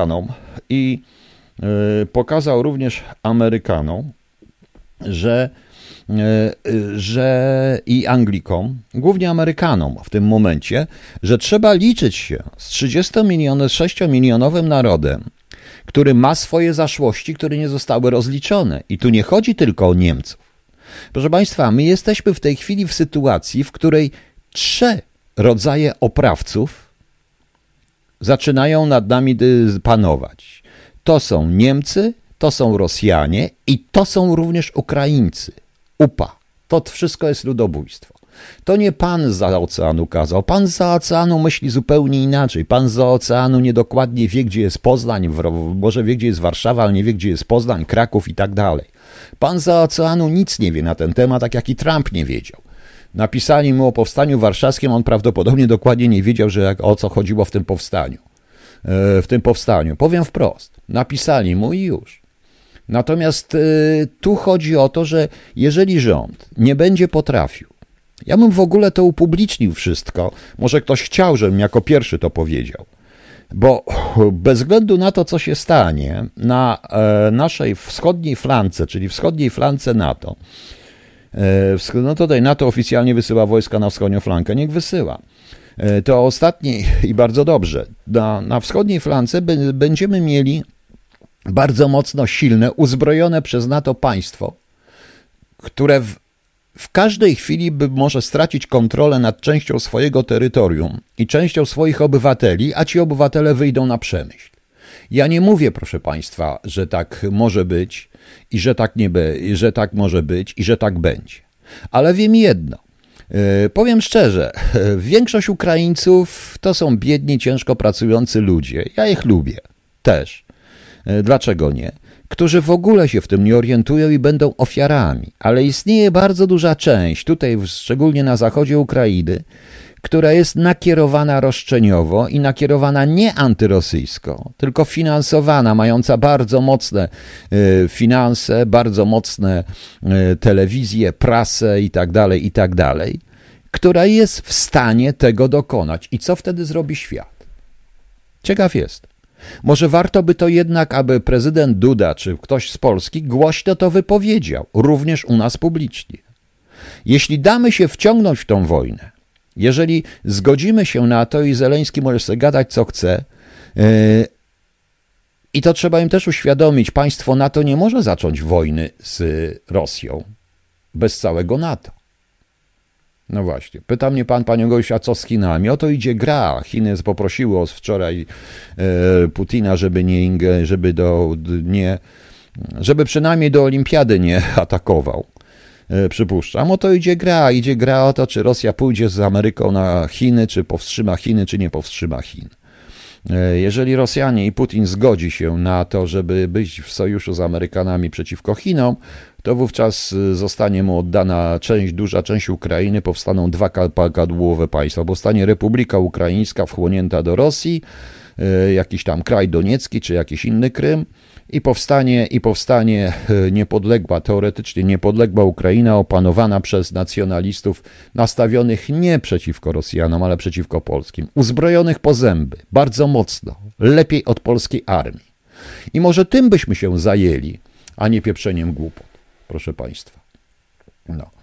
Amerykanom, że i Anglikom, głównie Amerykanom w tym momencie, że trzeba liczyć się z 36-milionowym narodem, który ma swoje zaszłości, które nie zostały rozliczone. I tu nie chodzi tylko o Niemców. Proszę państwa, my jesteśmy w tej chwili w sytuacji, w której 3 rodzaje oprawców zaczynają nad nami panować. To są Niemcy, to są Rosjanie i to są również Ukraińcy. UPA. To wszystko jest ludobójstwo. To nie pan zza oceanu kazał. Pan zza oceanu myśli zupełnie inaczej. Pan zza oceanu niedokładnie wie, gdzie jest Poznań, może wie, gdzie jest Warszawa, ale nie wie, gdzie jest Poznań, Kraków i tak dalej. Pan zza oceanu nic nie wie na ten temat, tak jak i Trump nie wiedział. Napisali mu o powstaniu warszawskim, on prawdopodobnie dokładnie nie wiedział, o co chodziło w tym powstaniu. Powiem wprost. Napisali mu i już. Natomiast tu chodzi o to, że jeżeli rząd nie będzie potrafił, ja bym w ogóle to upublicznił wszystko, może ktoś chciał, żebym jako pierwszy to powiedział, bo bez względu na to, co się stanie na naszej wschodniej flance, czyli wschodniej flance NATO, no tutaj NATO oficjalnie wysyła wojska na wschodnią flankę, niech wysyła. To ostatniej i bardzo dobrze, na wschodniej flance będziemy mieli bardzo mocno silne, uzbrojone przez NATO państwo, które w każdej chwili może stracić kontrolę nad częścią swojego terytorium i częścią swoich obywateli, a ci obywatele wyjdą na przemyśl. Ja nie mówię, proszę państwa, że tak może być i że tak że tak może być i że tak będzie. Ale wiem jedno. Powiem szczerze, większość Ukraińców to są biedni, ciężko pracujący ludzie. Ja ich lubię też. Dlaczego nie? Którzy w ogóle się w tym nie orientują i będą ofiarami. Ale istnieje bardzo duża część, tutaj szczególnie na zachodzie Ukrainy, która jest nakierowana roszczeniowo i nakierowana nie antyrosyjsko, tylko finansowana, mająca bardzo mocne finanse, bardzo mocne telewizję, prasę i tak dalej, która jest w stanie tego dokonać. I co wtedy zrobi świat? Ciekaw jest. Może warto by to jednak, aby prezydent Duda czy ktoś z Polski głośno to wypowiedział, również u nas publicznie. Jeśli damy się wciągnąć w tą wojnę, jeżeli zgodzimy się na to i Zeleński może sobie gadać co chce, i to trzeba im też uświadomić, państwo NATO nie może zacząć wojny z Rosją bez całego NATO. No właśnie, pyta mnie panią Gosiu, a co z Chinami? Oto idzie gra. Chiny poprosiły wczoraj Putina, żeby przynajmniej do olimpiady nie atakował. Przypuszczam. Oto idzie gra o to, czy Rosja pójdzie z Ameryką na Chiny, czy powstrzyma Chiny, czy nie powstrzyma Chin. Jeżeli Rosjanie i Putin zgodzi się na to, żeby być w sojuszu z Amerykanami przeciwko Chinom, to wówczas zostanie mu oddana duża część Ukrainy, powstaną 2 kadłubowe państwa. Powstanie Republika Ukraińska wchłonięta do Rosji, jakiś tam kraj Doniecki, czy jakiś inny Krym i powstanie niepodległa, teoretycznie niepodległa Ukraina opanowana przez nacjonalistów nastawionych nie przeciwko Rosjanom, ale przeciwko polskim, uzbrojonych po zęby, bardzo mocno, lepiej od polskiej armii. I może tym byśmy się zajęli, a nie pieprzeniem głupot, proszę państwa. No.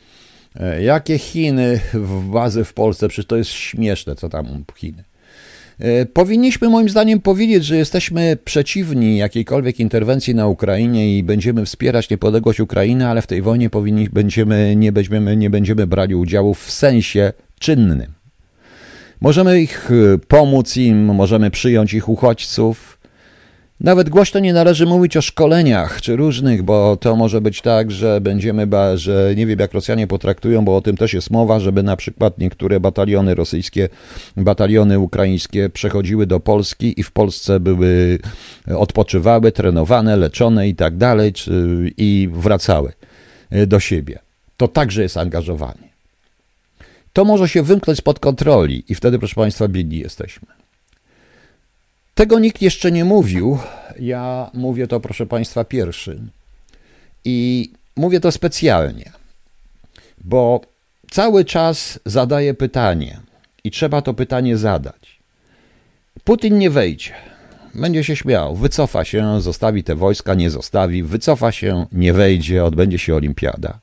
Jakie Chiny w bazy w Polsce? Przecież to jest śmieszne, co tam Chiny. Powinniśmy moim zdaniem powiedzieć, że jesteśmy przeciwni jakiejkolwiek interwencji na Ukrainie i będziemy wspierać niepodległość Ukrainy, ale w tej wojnie nie będziemy brali udziału w sensie czynnym. Możemy ich pomóc im, możemy przyjąć ich uchodźców. Nawet głośno nie należy mówić o szkoleniach czy różnych, bo to może być tak, że że nie wiem jak Rosjanie potraktują, bo o tym też jest mowa, żeby na przykład niektóre bataliony rosyjskie, bataliony ukraińskie przechodziły do Polski i w Polsce były odpoczywały, trenowane, leczone i tak dalej i wracały do siebie. To także jest angażowanie. To może się wymknąć spod kontroli i wtedy, proszę Państwa, biedni jesteśmy. Tego nikt jeszcze nie mówił. Ja mówię to, proszę Państwa, pierwszy. I mówię to specjalnie, bo cały czas zadaję pytanie i trzeba to pytanie zadać. Putin nie wejdzie. Będzie się śmiał, wycofa się, zostawi te wojska, nie zostawi, wycofa się, nie wejdzie, odbędzie się olimpiada.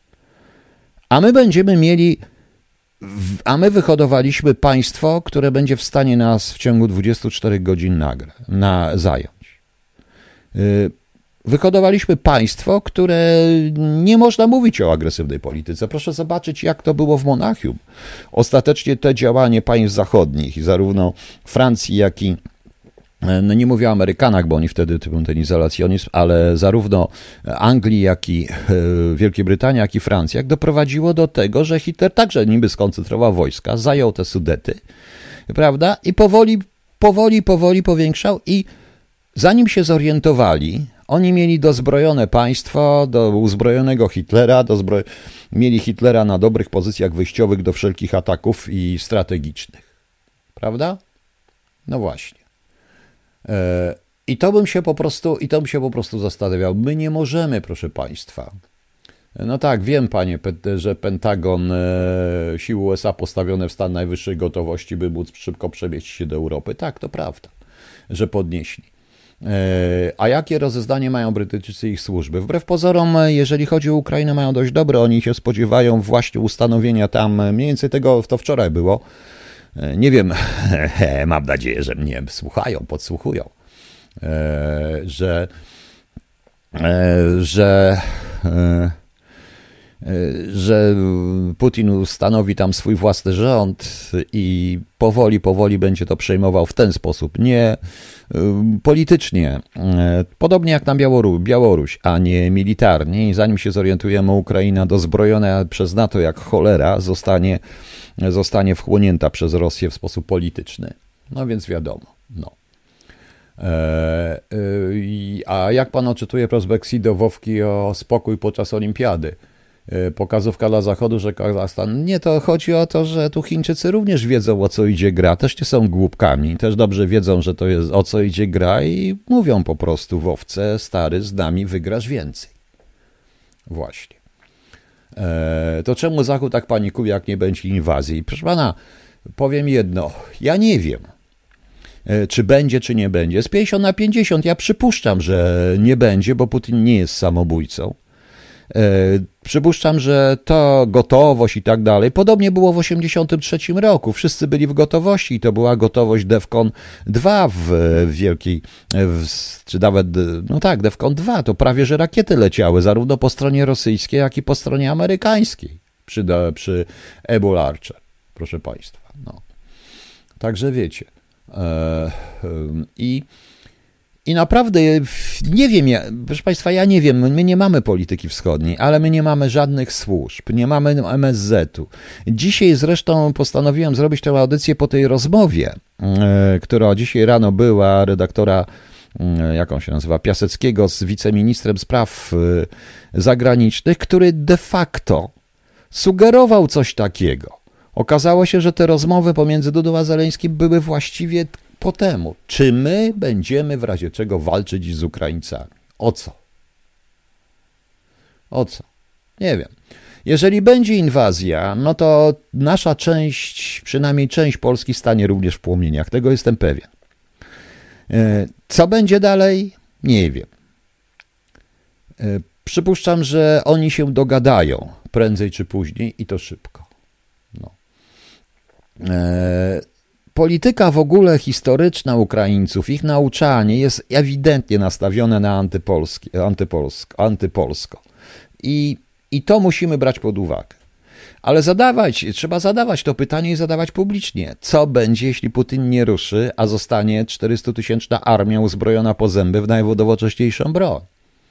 A my wyhodowaliśmy państwo, które będzie w stanie nas w ciągu 24 godzin zająć. Wyhodowaliśmy państwo, które nie można mówić o agresywnej polityce. Proszę zobaczyć, jak to było w Monachium. Ostatecznie te działanie państw zachodnich, i zarówno Francji, jak i no nie mówię o Amerykanach, bo oni wtedy ten izolacjonizm, ale zarówno Anglii, jak i Wielkiej Brytanii, jak i Francji, jak doprowadziło do tego, że Hitler także niby skoncentrował wojska, zajął te Sudety, prawda? I powoli powiększał i zanim się zorientowali, oni mieli dozbrojone państwo, do uzbrojonego Hitlera, mieli Hitlera na dobrych pozycjach wyjściowych do wszelkich ataków i strategicznych, prawda? No właśnie. I to bym się po prostu zastanawiał. My nie możemy, proszę Państwa. No tak, wiem, panie, że Pentagon sił USA postawione w stan najwyższej gotowości, by móc szybko przemieścić się do Europy. Tak, to prawda, że podnieśli. A jakie rozeznanie mają Brytyjczycy i ich służby? Wbrew pozorom, jeżeli chodzi o Ukrainę, mają dość dobre. Oni się spodziewają właśnie ustanowienia tam, mniej więcej tego to wczoraj było. Nie wiem, mam nadzieję, że mnie słuchają, podsłuchują, że Putin ustanowi tam swój własny rząd i powoli będzie to przejmował w ten sposób, nie politycznie, podobnie jak na Białoruś, a nie militarnie. I zanim się zorientujemy, Ukraina dozbrojona przez NATO jak cholera zostanie wchłonięta przez Rosję w sposób polityczny. No więc wiadomo. No. A jak pan odczytuje prospekt do Wowki o spokój podczas olimpiady? Pokazówka dla Zachodu, że Kazachstan. Nie, to chodzi o to, że tu Chińczycy również wiedzą, o co idzie gra. Też nie są głupkami. Też dobrze wiedzą, że to jest o co idzie gra i mówią po prostu Wowce, stary, z nami wygrasz więcej. Właśnie. To czemu Zachód tak panikuje, jak nie będzie inwazji? Proszę pana, powiem jedno. Ja nie wiem, czy będzie, czy nie będzie. Z 50/50 ja przypuszczam, że nie będzie, bo Putin nie jest samobójcą. Przypuszczam, że to gotowość i tak dalej. Podobnie było w 1983 roku. Wszyscy byli w gotowości i to była gotowość DEFCON 2 w wielkiej, czy nawet, no tak, DEFCON 2. To prawie, że rakiety leciały zarówno po stronie rosyjskiej, jak i po stronie amerykańskiej przy Able Archer, proszę Państwa. No. Także wiecie. I naprawdę nie wiem, proszę Państwa, ja nie wiem, my nie mamy polityki wschodniej, ale my nie mamy żadnych służb, nie mamy MSZ-u. Dzisiaj zresztą postanowiłem zrobić tę audycję po tej rozmowie, która dzisiaj rano była, redaktora, jak on się nazywa, Piaseckiego z wiceministrem spraw zagranicznych, który de facto sugerował coś takiego. Okazało się, że te rozmowy pomiędzy Dudą a Zeleńskim były właściwie po temu, czy my będziemy w razie czego walczyć z Ukraińcami. O co? O co? Nie wiem. Jeżeli będzie inwazja, no to nasza część, przynajmniej część Polski stanie również w płomieniach. Tego jestem pewien. Co będzie dalej? Nie wiem. Przypuszczam, że oni się dogadają prędzej czy później i to szybko. No. Polityka w ogóle historyczna Ukraińców, ich nauczanie jest ewidentnie nastawione na antypolsko. I to musimy brać pod uwagę. Ale trzeba zadawać to pytanie i zadawać publicznie. Co będzie, jeśli Putin nie ruszy, a zostanie 400-tysięczna armia uzbrojona po zęby w najnowocześniejszą broń?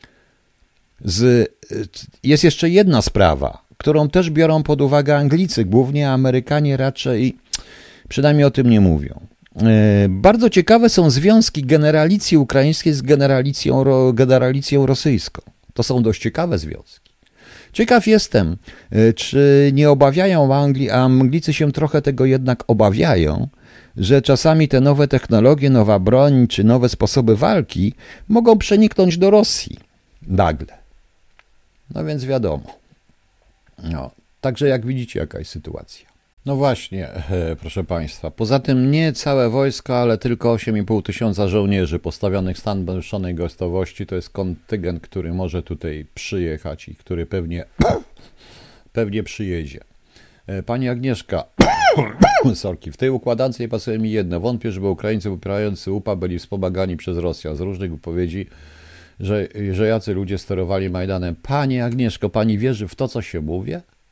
Jest jeszcze jedna sprawa, którą też biorą pod uwagę Anglicy, głównie Amerykanie raczej przynajmniej o tym nie mówią. Bardzo ciekawe są związki generalicji ukraińskiej z generalicją rosyjską. To są dość ciekawe związki. Ciekaw jestem, czy nie obawiają Anglicy się trochę tego jednak obawiają, że czasami te nowe technologie, nowa broń czy nowe sposoby walki mogą przeniknąć do Rosji nagle. No więc wiadomo. No, także jak widzicie, jaka jest sytuacja. No właśnie, proszę Państwa, poza tym nie całe wojsko, ale tylko 8,5 tysiąca żołnierzy postawionych w stan zwiększonej gotowości to jest kontyngent, który może tutaj przyjechać i który pewnie przyjedzie. Pani Agnieszka, sorki, w tej układance nie pasuje mi jedno. Wątpię, żeby Ukraińcy popierający UPA byli wspomagani przez Rosjan. Z różnych wypowiedzi, że jacy ludzie sterowali Majdanem. Pani Agnieszko, pani wierzy w to, co się mówi?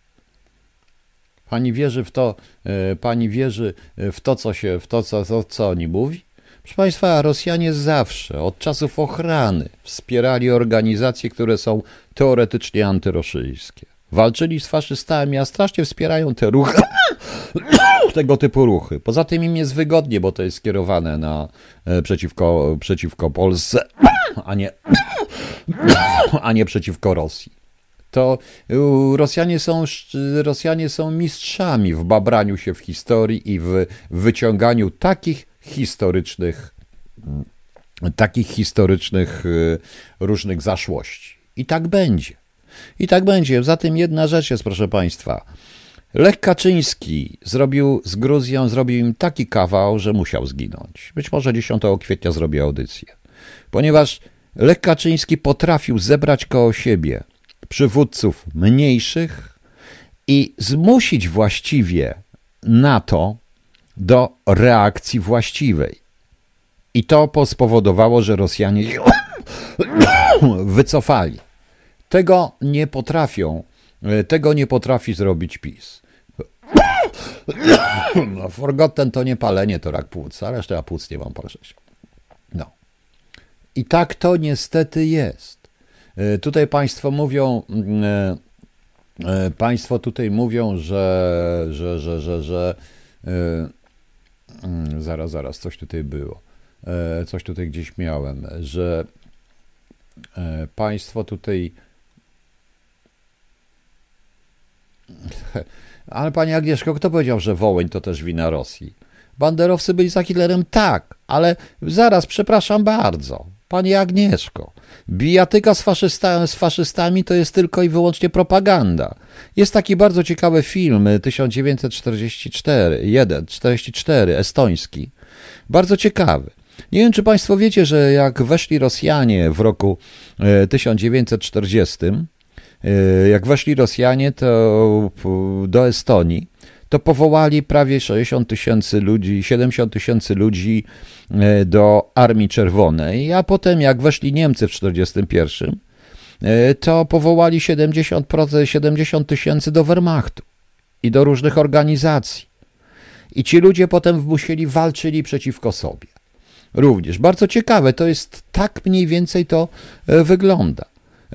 Pani wierzy w to, co oni mówi? Proszę Państwa, Rosjanie zawsze, od czasów ochrany, wspierali organizacje, które są teoretycznie antyrosyjskie. Walczyli z faszystami, a strasznie wspierają te ruchy, tego typu ruchy. Poza tym im jest wygodnie, bo to jest skierowane przeciwko Polsce, a nie przeciwko Rosji. To Rosjanie są mistrzami w babraniu się w historii i w wyciąganiu takich historycznych różnych zaszłości. I tak będzie. Zatem jedna rzecz jest, proszę Państwa. Lech Kaczyński z Gruzją zrobił im taki kawał, że musiał zginąć. Być może 10 kwietnia zrobię audycję. Ponieważ Lech Kaczyński potrafił zebrać koło siebie przywódców mniejszych i zmusić właściwie NATO do reakcji właściwej. I to spowodowało, że Rosjanie się wycofali. Tego nie potrafi zrobić PiS. No, forgotten to nie palenie, to rak płuc, ale jeszcze ja płuc nie mam patrzeć. No. I tak to niestety jest. Tutaj Państwo mówią, że zaraz, coś tutaj było. Coś tutaj gdzieś miałem, że Państwo tutaj. Ale Pani Agnieszko, kto powiedział, że Wołyń to też wina Rosji? Banderowcy byli za Hitlerem? Tak, ale zaraz, przepraszam bardzo. Pani Agnieszko, bijatyka z faszystami to jest tylko i wyłącznie propaganda. Jest taki bardzo ciekawy film 1944, estoński. Bardzo ciekawy. Nie wiem, czy Państwo wiecie, że jak weszli Rosjanie w roku 1940, do Estonii, to powołali prawie 60 tysięcy ludzi, 70 tysięcy ludzi do Armii Czerwonej, a potem jak weszli Niemcy w 1941, to powołali 70 tysięcy do Wehrmachtu i do różnych organizacji. I ci ludzie potem walczyli przeciwko sobie. Również. Bardzo ciekawe, to jest tak mniej więcej to wygląda.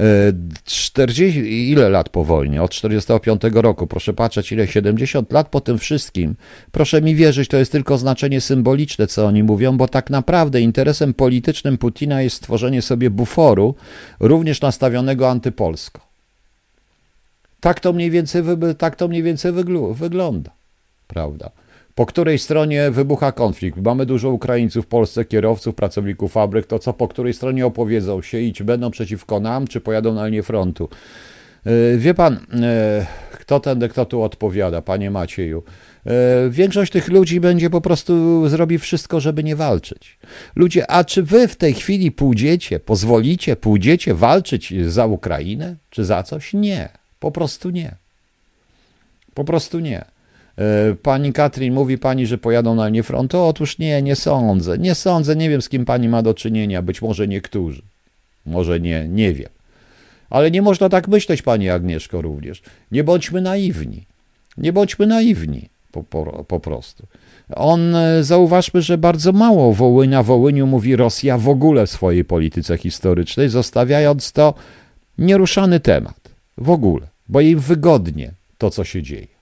40, ile lat po wojnie? Od 45 roku. Proszę patrzeć, ile 70 lat po tym wszystkim. Proszę mi wierzyć, to jest tylko znaczenie symboliczne, co oni mówią, bo tak naprawdę interesem politycznym Putina jest stworzenie sobie buforu, również nastawionego antypolsko. Tak to mniej więcej wygląda. Prawda? Po której stronie wybucha konflikt? Mamy dużo Ukraińców w Polsce, kierowców, pracowników fabryk, to co po której stronie opowiedzą się i czy będą przeciwko nam, czy pojadą na linię frontu? Wie pan, kto tu odpowiada, panie Macieju? Większość tych ludzi będzie po prostu zrobi wszystko, żeby nie walczyć. Ludzie, a czy wy w tej chwili pójdziecie walczyć za Ukrainę? Czy za coś? Nie. Po prostu nie. Po prostu nie. Pani Katrin, mówi pani, że pojadą na linię frontu? Otóż nie sądzę. Nie sądzę, nie wiem, z kim pani ma do czynienia. Być może niektórzy. Może nie wiem. Ale nie można tak myśleć, pani Agnieszko, również. Nie bądźmy naiwni. Nie bądźmy naiwni po prostu. Zauważmy, że bardzo mało na Wołyniu mówi Rosja w ogóle w swojej polityce historycznej, zostawiając to nieruszany temat. W ogóle. Bo jej wygodnie to, co się dzieje.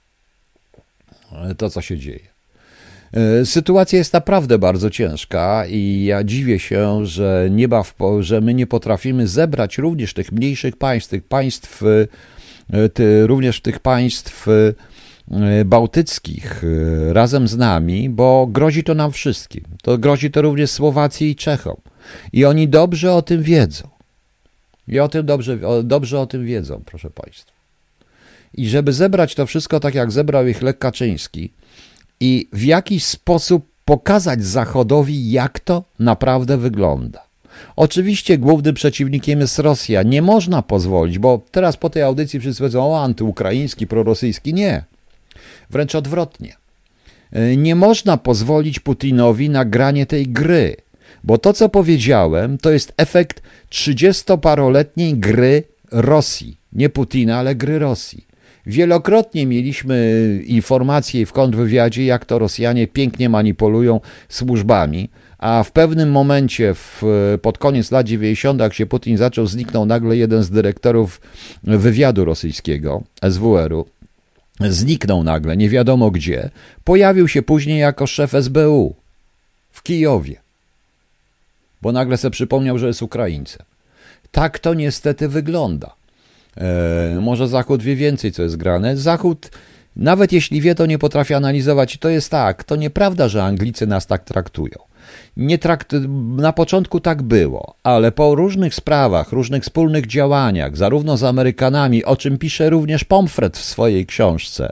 Sytuacja jest naprawdę bardzo ciężka i ja dziwię się, że my nie potrafimy zebrać również tych mniejszych państw, również tych państw bałtyckich razem z nami, bo grozi to nam wszystkim. To grozi to również Słowacji i Czechom. I oni dobrze o tym wiedzą. Dobrze o tym wiedzą, proszę państwa. I żeby zebrać to wszystko tak, jak zebrał ich Lech Kaczyński i w jakiś sposób pokazać Zachodowi, jak to naprawdę wygląda. Oczywiście głównym przeciwnikiem jest Rosja. Nie można pozwolić, bo teraz po tej audycji wszyscy powiedzą, o, antyukraiński, prorosyjski. Nie. Wręcz odwrotnie. Nie można pozwolić Putinowi na granie tej gry, bo to, co powiedziałem, to jest efekt 30-paroletniej gry Rosji. Nie Putina, ale gry Rosji. Wielokrotnie mieliśmy informacje w kontrwywiadzie, jak to Rosjanie pięknie manipulują służbami, a w pewnym momencie, pod koniec lat 90., jak się Putin zaczął, zniknął nagle jeden z dyrektorów wywiadu rosyjskiego, SWR-u. Zniknął nagle, nie wiadomo gdzie. Pojawił się później jako szef SBU w Kijowie, bo nagle sobie przypomniał, że jest Ukraińcem. Tak to niestety wygląda. Może Zachód wie więcej, co jest grane. Zachód, nawet jeśli wie, to nie potrafi analizować. To jest tak, to nieprawda, że Anglicy nas tak traktują. Na początku tak było, ale po różnych sprawach, różnych wspólnych działaniach, zarówno z Amerykanami, o czym pisze również Pomfret w swojej książce,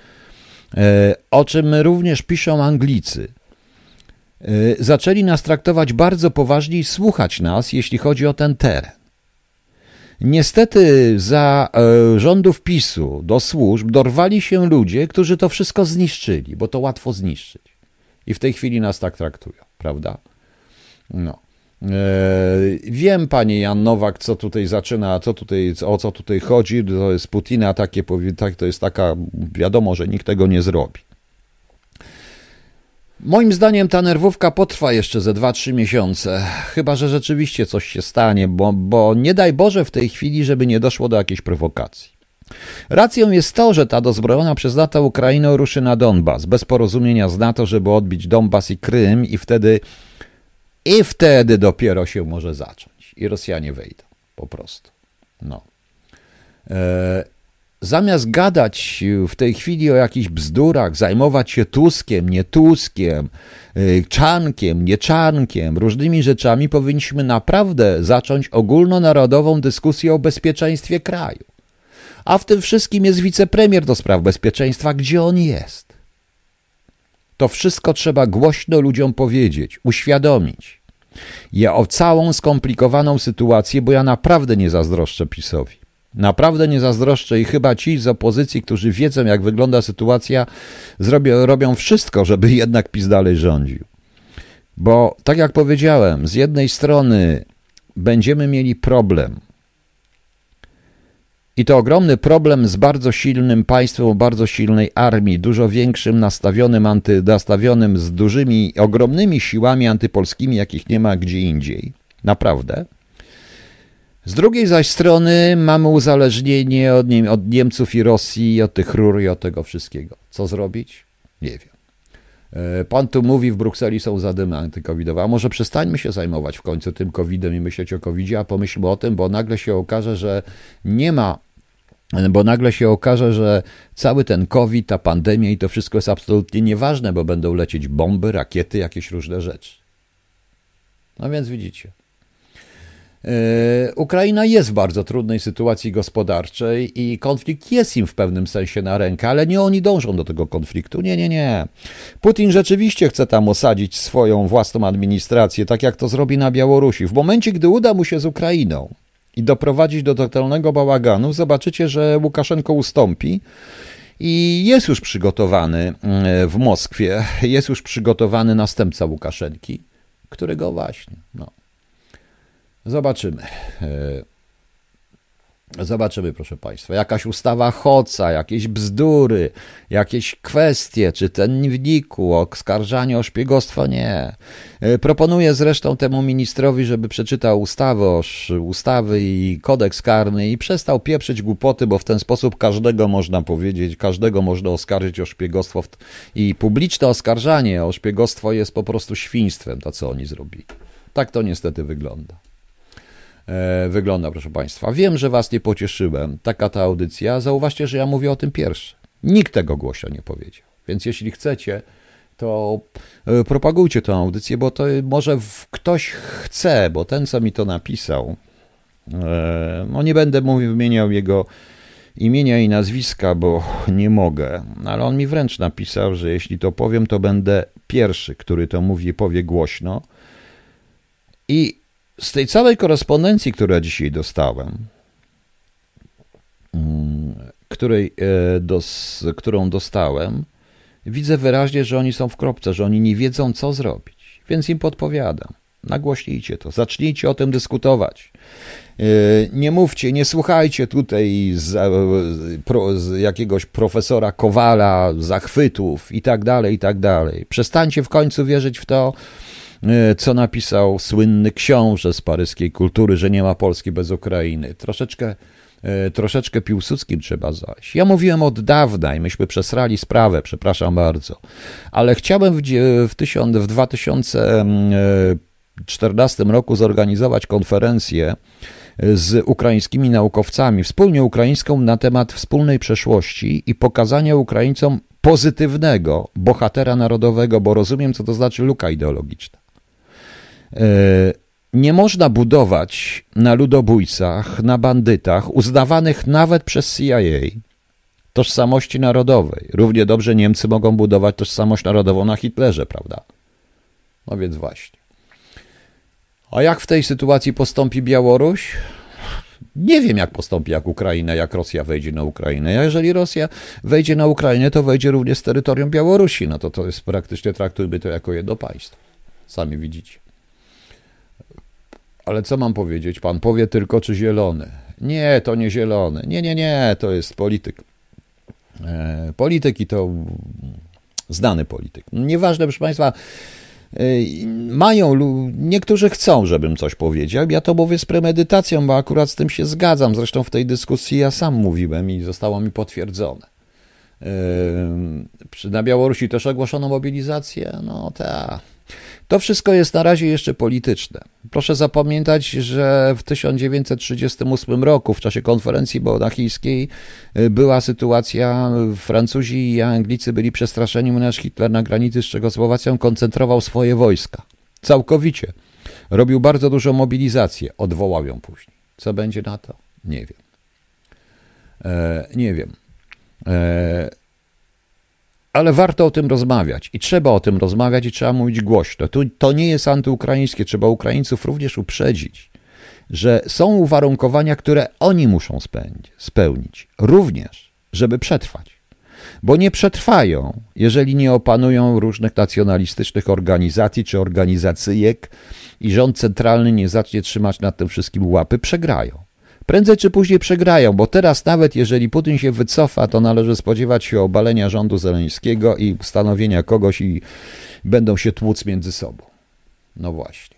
o czym również piszą Anglicy, zaczęli nas traktować bardzo poważnie i słuchać nas, jeśli chodzi o ten teren. Niestety za rządów PiS-u do służb dorwali się ludzie, którzy to wszystko zniszczyli, bo to łatwo zniszczyć. I w tej chwili nas tak traktują, prawda? No. Wiem, panie Jan Nowak, co tutaj zaczyna, o co tutaj chodzi. To jest Putina, to jest taka, wiadomo, że nikt tego nie zrobi. Moim zdaniem ta nerwówka potrwa jeszcze ze 2-3 miesiące, chyba że rzeczywiście coś się stanie, bo nie daj Boże w tej chwili, żeby nie doszło do jakiejś prowokacji. Racją jest to, że ta dozbrojona przez NATO Ukraina ruszy na Donbas, bez porozumienia z NATO, żeby odbić Donbas i Krym i wtedy dopiero się może zacząć i Rosjanie wejdą, po prostu. No. Zamiast gadać w tej chwili o jakichś bzdurach, zajmować się Tuskiem, nie Tuskiem, Czarnkiem, nie Czarnkiem, różnymi rzeczami, powinniśmy naprawdę zacząć ogólnonarodową dyskusję o bezpieczeństwie kraju. A w tym wszystkim jest wicepremier do spraw bezpieczeństwa. Gdzie on jest? To wszystko trzeba głośno ludziom powiedzieć, uświadomić. Ja o całą skomplikowaną sytuację, bo ja naprawdę nie zazdroszczę PiS-owi. Naprawdę nie zazdroszczę i chyba ci z opozycji, którzy wiedzą, jak wygląda sytuacja, robią wszystko, żeby jednak PiS dalej rządził. Bo tak jak powiedziałem, z jednej strony będziemy mieli problem i to ogromny problem z bardzo silnym państwem o bardzo silnej armii, dużo większym, nastawionym z dużymi, ogromnymi siłami antypolskimi, jakich nie ma gdzie indziej. Naprawdę. Z drugiej zaś strony mamy uzależnienie od Niemców i Rosji, od tych rur i od tego wszystkiego. Co zrobić? Nie wiem. Pan tu mówi, w Brukseli są zadymy antykowidowe, a może przestańmy się zajmować w końcu tym covidem i myśleć o covidzie, a pomyślmy o tym, bo nagle się okaże, że nie ma, bo nagle się okaże, że cały ten covid, ta pandemia i to wszystko jest absolutnie nieważne, bo będą lecieć bomby, rakiety, jakieś różne rzeczy. No więc widzicie. Ukraina jest w bardzo trudnej sytuacji gospodarczej i konflikt jest im w pewnym sensie na rękę, ale nie oni dążą do tego konfliktu. Nie. Putin rzeczywiście chce tam osadzić swoją własną administrację, tak jak to zrobi na Białorusi. W momencie, gdy uda mu się z Ukrainą i doprowadzić do totalnego bałaganu, zobaczycie, że Łukaszenko ustąpi. I jest już przygotowany w Moskwie, jest już przygotowany następca Łukaszenki, którego właśnie, zobaczymy. Zobaczymy, proszę Państwa, jakaś ustawa Hoca, jakieś bzdury, jakieś kwestie, czy ten wniku, oskarżanie o szpiegostwo, nie. Proponuję zresztą temu ministrowi, żeby przeczytał ustawy i kodeks karny i przestał pieprzyć głupoty, bo w ten sposób każdego można powiedzieć, każdego można oskarżyć o szpiegostwo i publiczne oskarżanie o szpiegostwo jest po prostu świństwem, to co oni zrobili. Tak to niestety wygląda. Proszę Państwa. Wiem, że Was nie pocieszyłem, taka ta audycja. Zauważcie, że ja mówię o tym pierwszy. Nikt tego głośno nie powiedział. Więc jeśli chcecie, to propagujcie tę audycję, bo to może ktoś chce, bo ten, co mi to napisał, nie będę wymieniał jego imienia i nazwiska, bo nie mogę, ale on mi wręcz napisał, że jeśli to powiem, to będę pierwszy, który to powie głośno. I z tej całej korespondencji, którą dzisiaj dostałem, którą dostałem, widzę wyraźnie, że oni są w kropce, że oni nie wiedzą, co zrobić. Więc im podpowiadam. Nagłośnijcie to, zacznijcie o tym dyskutować. Nie mówcie, nie słuchajcie tutaj z jakiegoś profesora Kowala, zachwytów i tak dalej. Przestańcie w końcu wierzyć w to, co napisał słynny książę z paryskiej kultury, że nie ma Polski bez Ukrainy. Troszeczkę Piłsudskim trzeba zajść. Ja mówiłem od dawna i myśmy przesrali sprawę, przepraszam bardzo, ale chciałem w 2014 roku zorganizować konferencję z ukraińskimi naukowcami, wspólnie ukraińską, na temat wspólnej przeszłości i pokazania Ukraińcom pozytywnego bohatera narodowego, bo rozumiem, co to znaczy luka ideologiczna. Nie można budować na ludobójcach, na bandytach, uznawanych nawet przez CIA, tożsamości narodowej. Równie dobrze Niemcy mogą budować tożsamość narodową na Hitlerze, prawda? No więc właśnie. A jak w tej sytuacji postąpi Białoruś? Nie wiem, jak postąpi jak Ukraina, jak Rosja wejdzie na Ukrainę. A jeżeli Rosja wejdzie na Ukrainę, to wejdzie również z terytorium Białorusi. No to jest praktycznie, traktujmy to jako jedno państwo. Sami widzicie. Ale co mam powiedzieć? Pan powie tylko, czy zielony. Nie, to nie zielony. Nie, to jest polityk. Polityk i to znany polityk. Nieważne, proszę Państwa, niektórzy chcą, żebym coś powiedział. Ja to mówię z premedytacją, bo akurat z tym się zgadzam. Zresztą w tej dyskusji ja sam mówiłem i zostało mi potwierdzone. Na Białorusi też ogłoszono mobilizację? No tak. To wszystko jest na razie jeszcze polityczne. Proszę zapamiętać, że w 1938 roku w czasie konferencji monachijskiej była sytuacja, Francuzi i Anglicy byli przestraszeni, ponieważ Hitler na granicy z Czechosłowacją koncentrował swoje wojska. Całkowicie. Robił bardzo dużą mobilizację. Odwołał ją później. Co będzie na to? Nie wiem. Nie wiem. Ale warto o tym rozmawiać i trzeba o tym rozmawiać i trzeba mówić głośno. To nie jest antyukraińskie, trzeba Ukraińców również uprzedzić, że są uwarunkowania, które oni muszą spełnić, również, żeby przetrwać. Bo nie przetrwają, jeżeli nie opanują różnych nacjonalistycznych organizacji czy organizacyjek i rząd centralny nie zacznie trzymać nad tym wszystkim łapy, przegrają. Prędzej czy później przegrają, bo teraz nawet jeżeli Putin się wycofa, to należy spodziewać się obalenia rządu Zeleńskiego i ustanowienia kogoś i będą się tłuc między sobą. No właśnie.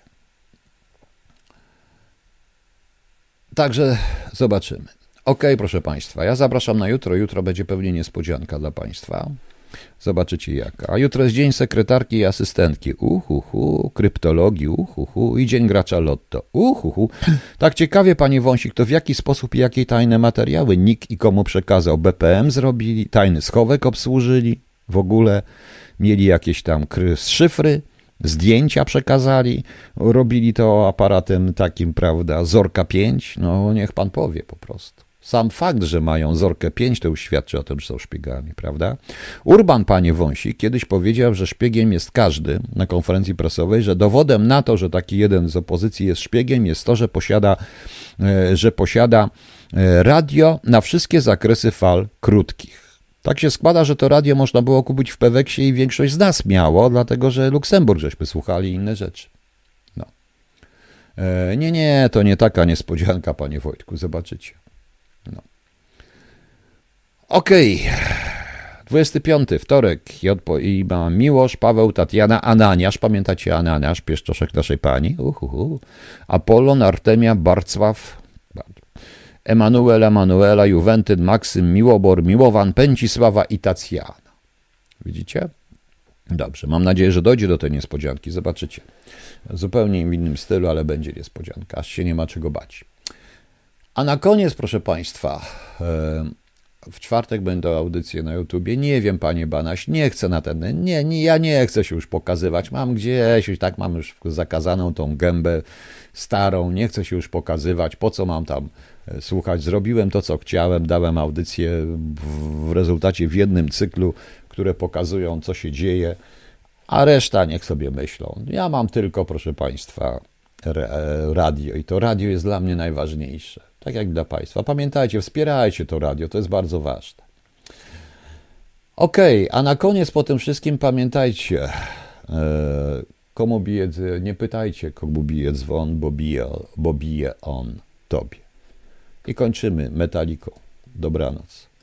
Także zobaczymy. Okej, proszę Państwa, ja zapraszam na jutro. Jutro będzie pewnie niespodzianka dla Państwa. Zobaczycie jaka. A jutro jest dzień sekretarki i asystentki. Kryptologii, i dzień gracza lotto. Tak ciekawie, panie Wąsik, to w jaki sposób i jakie tajne materiały NIK i komu przekazał? BPM zrobili, tajny schowek obsłużyli, w ogóle mieli jakieś tam szyfry, zdjęcia przekazali, robili to aparatem takim, prawda, Zorka 5, no niech pan powie po prostu. Sam fakt, że mają Zorkę 5, to już świadczy o tym, że są szpiegami, prawda? Urban, panie Wąsik, kiedyś powiedział, że szpiegiem jest każdy na konferencji prasowej, że dowodem na to, że taki jeden z opozycji jest szpiegiem, jest to, że posiada radio na wszystkie zakresy fal krótkich. Tak się składa, że to radio można było kupić w Peweksie i większość z nas miało, dlatego że Luksemburg żeśmy słuchali i inne rzeczy. No. Nie, to nie taka niespodzianka, panie Wojtku, zobaczycie. No. Okej. 25, wtorek i ma Miłosz, Paweł, Tatiana, Ananiasz, pamiętacie Ananiasz, pieszczoszek naszej pani? Apollon, Artemia, Barcław, Emanuela, Juventyn, Maksym, Miłobor, Miłowan, Pęcisława i Tacjana. Widzicie? Dobrze, mam nadzieję, że dojdzie do tej niespodzianki, zobaczycie. Zupełnie w innym stylu, ale będzie niespodzianka, aż się nie ma czego bać. A na koniec, proszę Państwa, w czwartek będą audycje na YouTubie. Nie wiem, panie Banaś, nie chcę na ten. Ja nie chcę się już pokazywać. Mam gdzieś, tak mam już zakazaną tą gębę starą. Nie chcę się już pokazywać. Po co mam tam słuchać? Zrobiłem to, co chciałem. Dałem audycję w rezultacie w jednym cyklu, które pokazują, co się dzieje, a reszta niech sobie myślą. Ja mam tylko, proszę Państwa, radio i to radio jest dla mnie najważniejsze. Tak jak dla Państwa. Pamiętajcie, wspierajcie to radio, to jest bardzo ważne. Okej, a na koniec po tym wszystkim pamiętajcie, komu bije, nie pytajcie, komu bije dzwon, bo bije on tobie. I kończymy Metaliką. Dobranoc.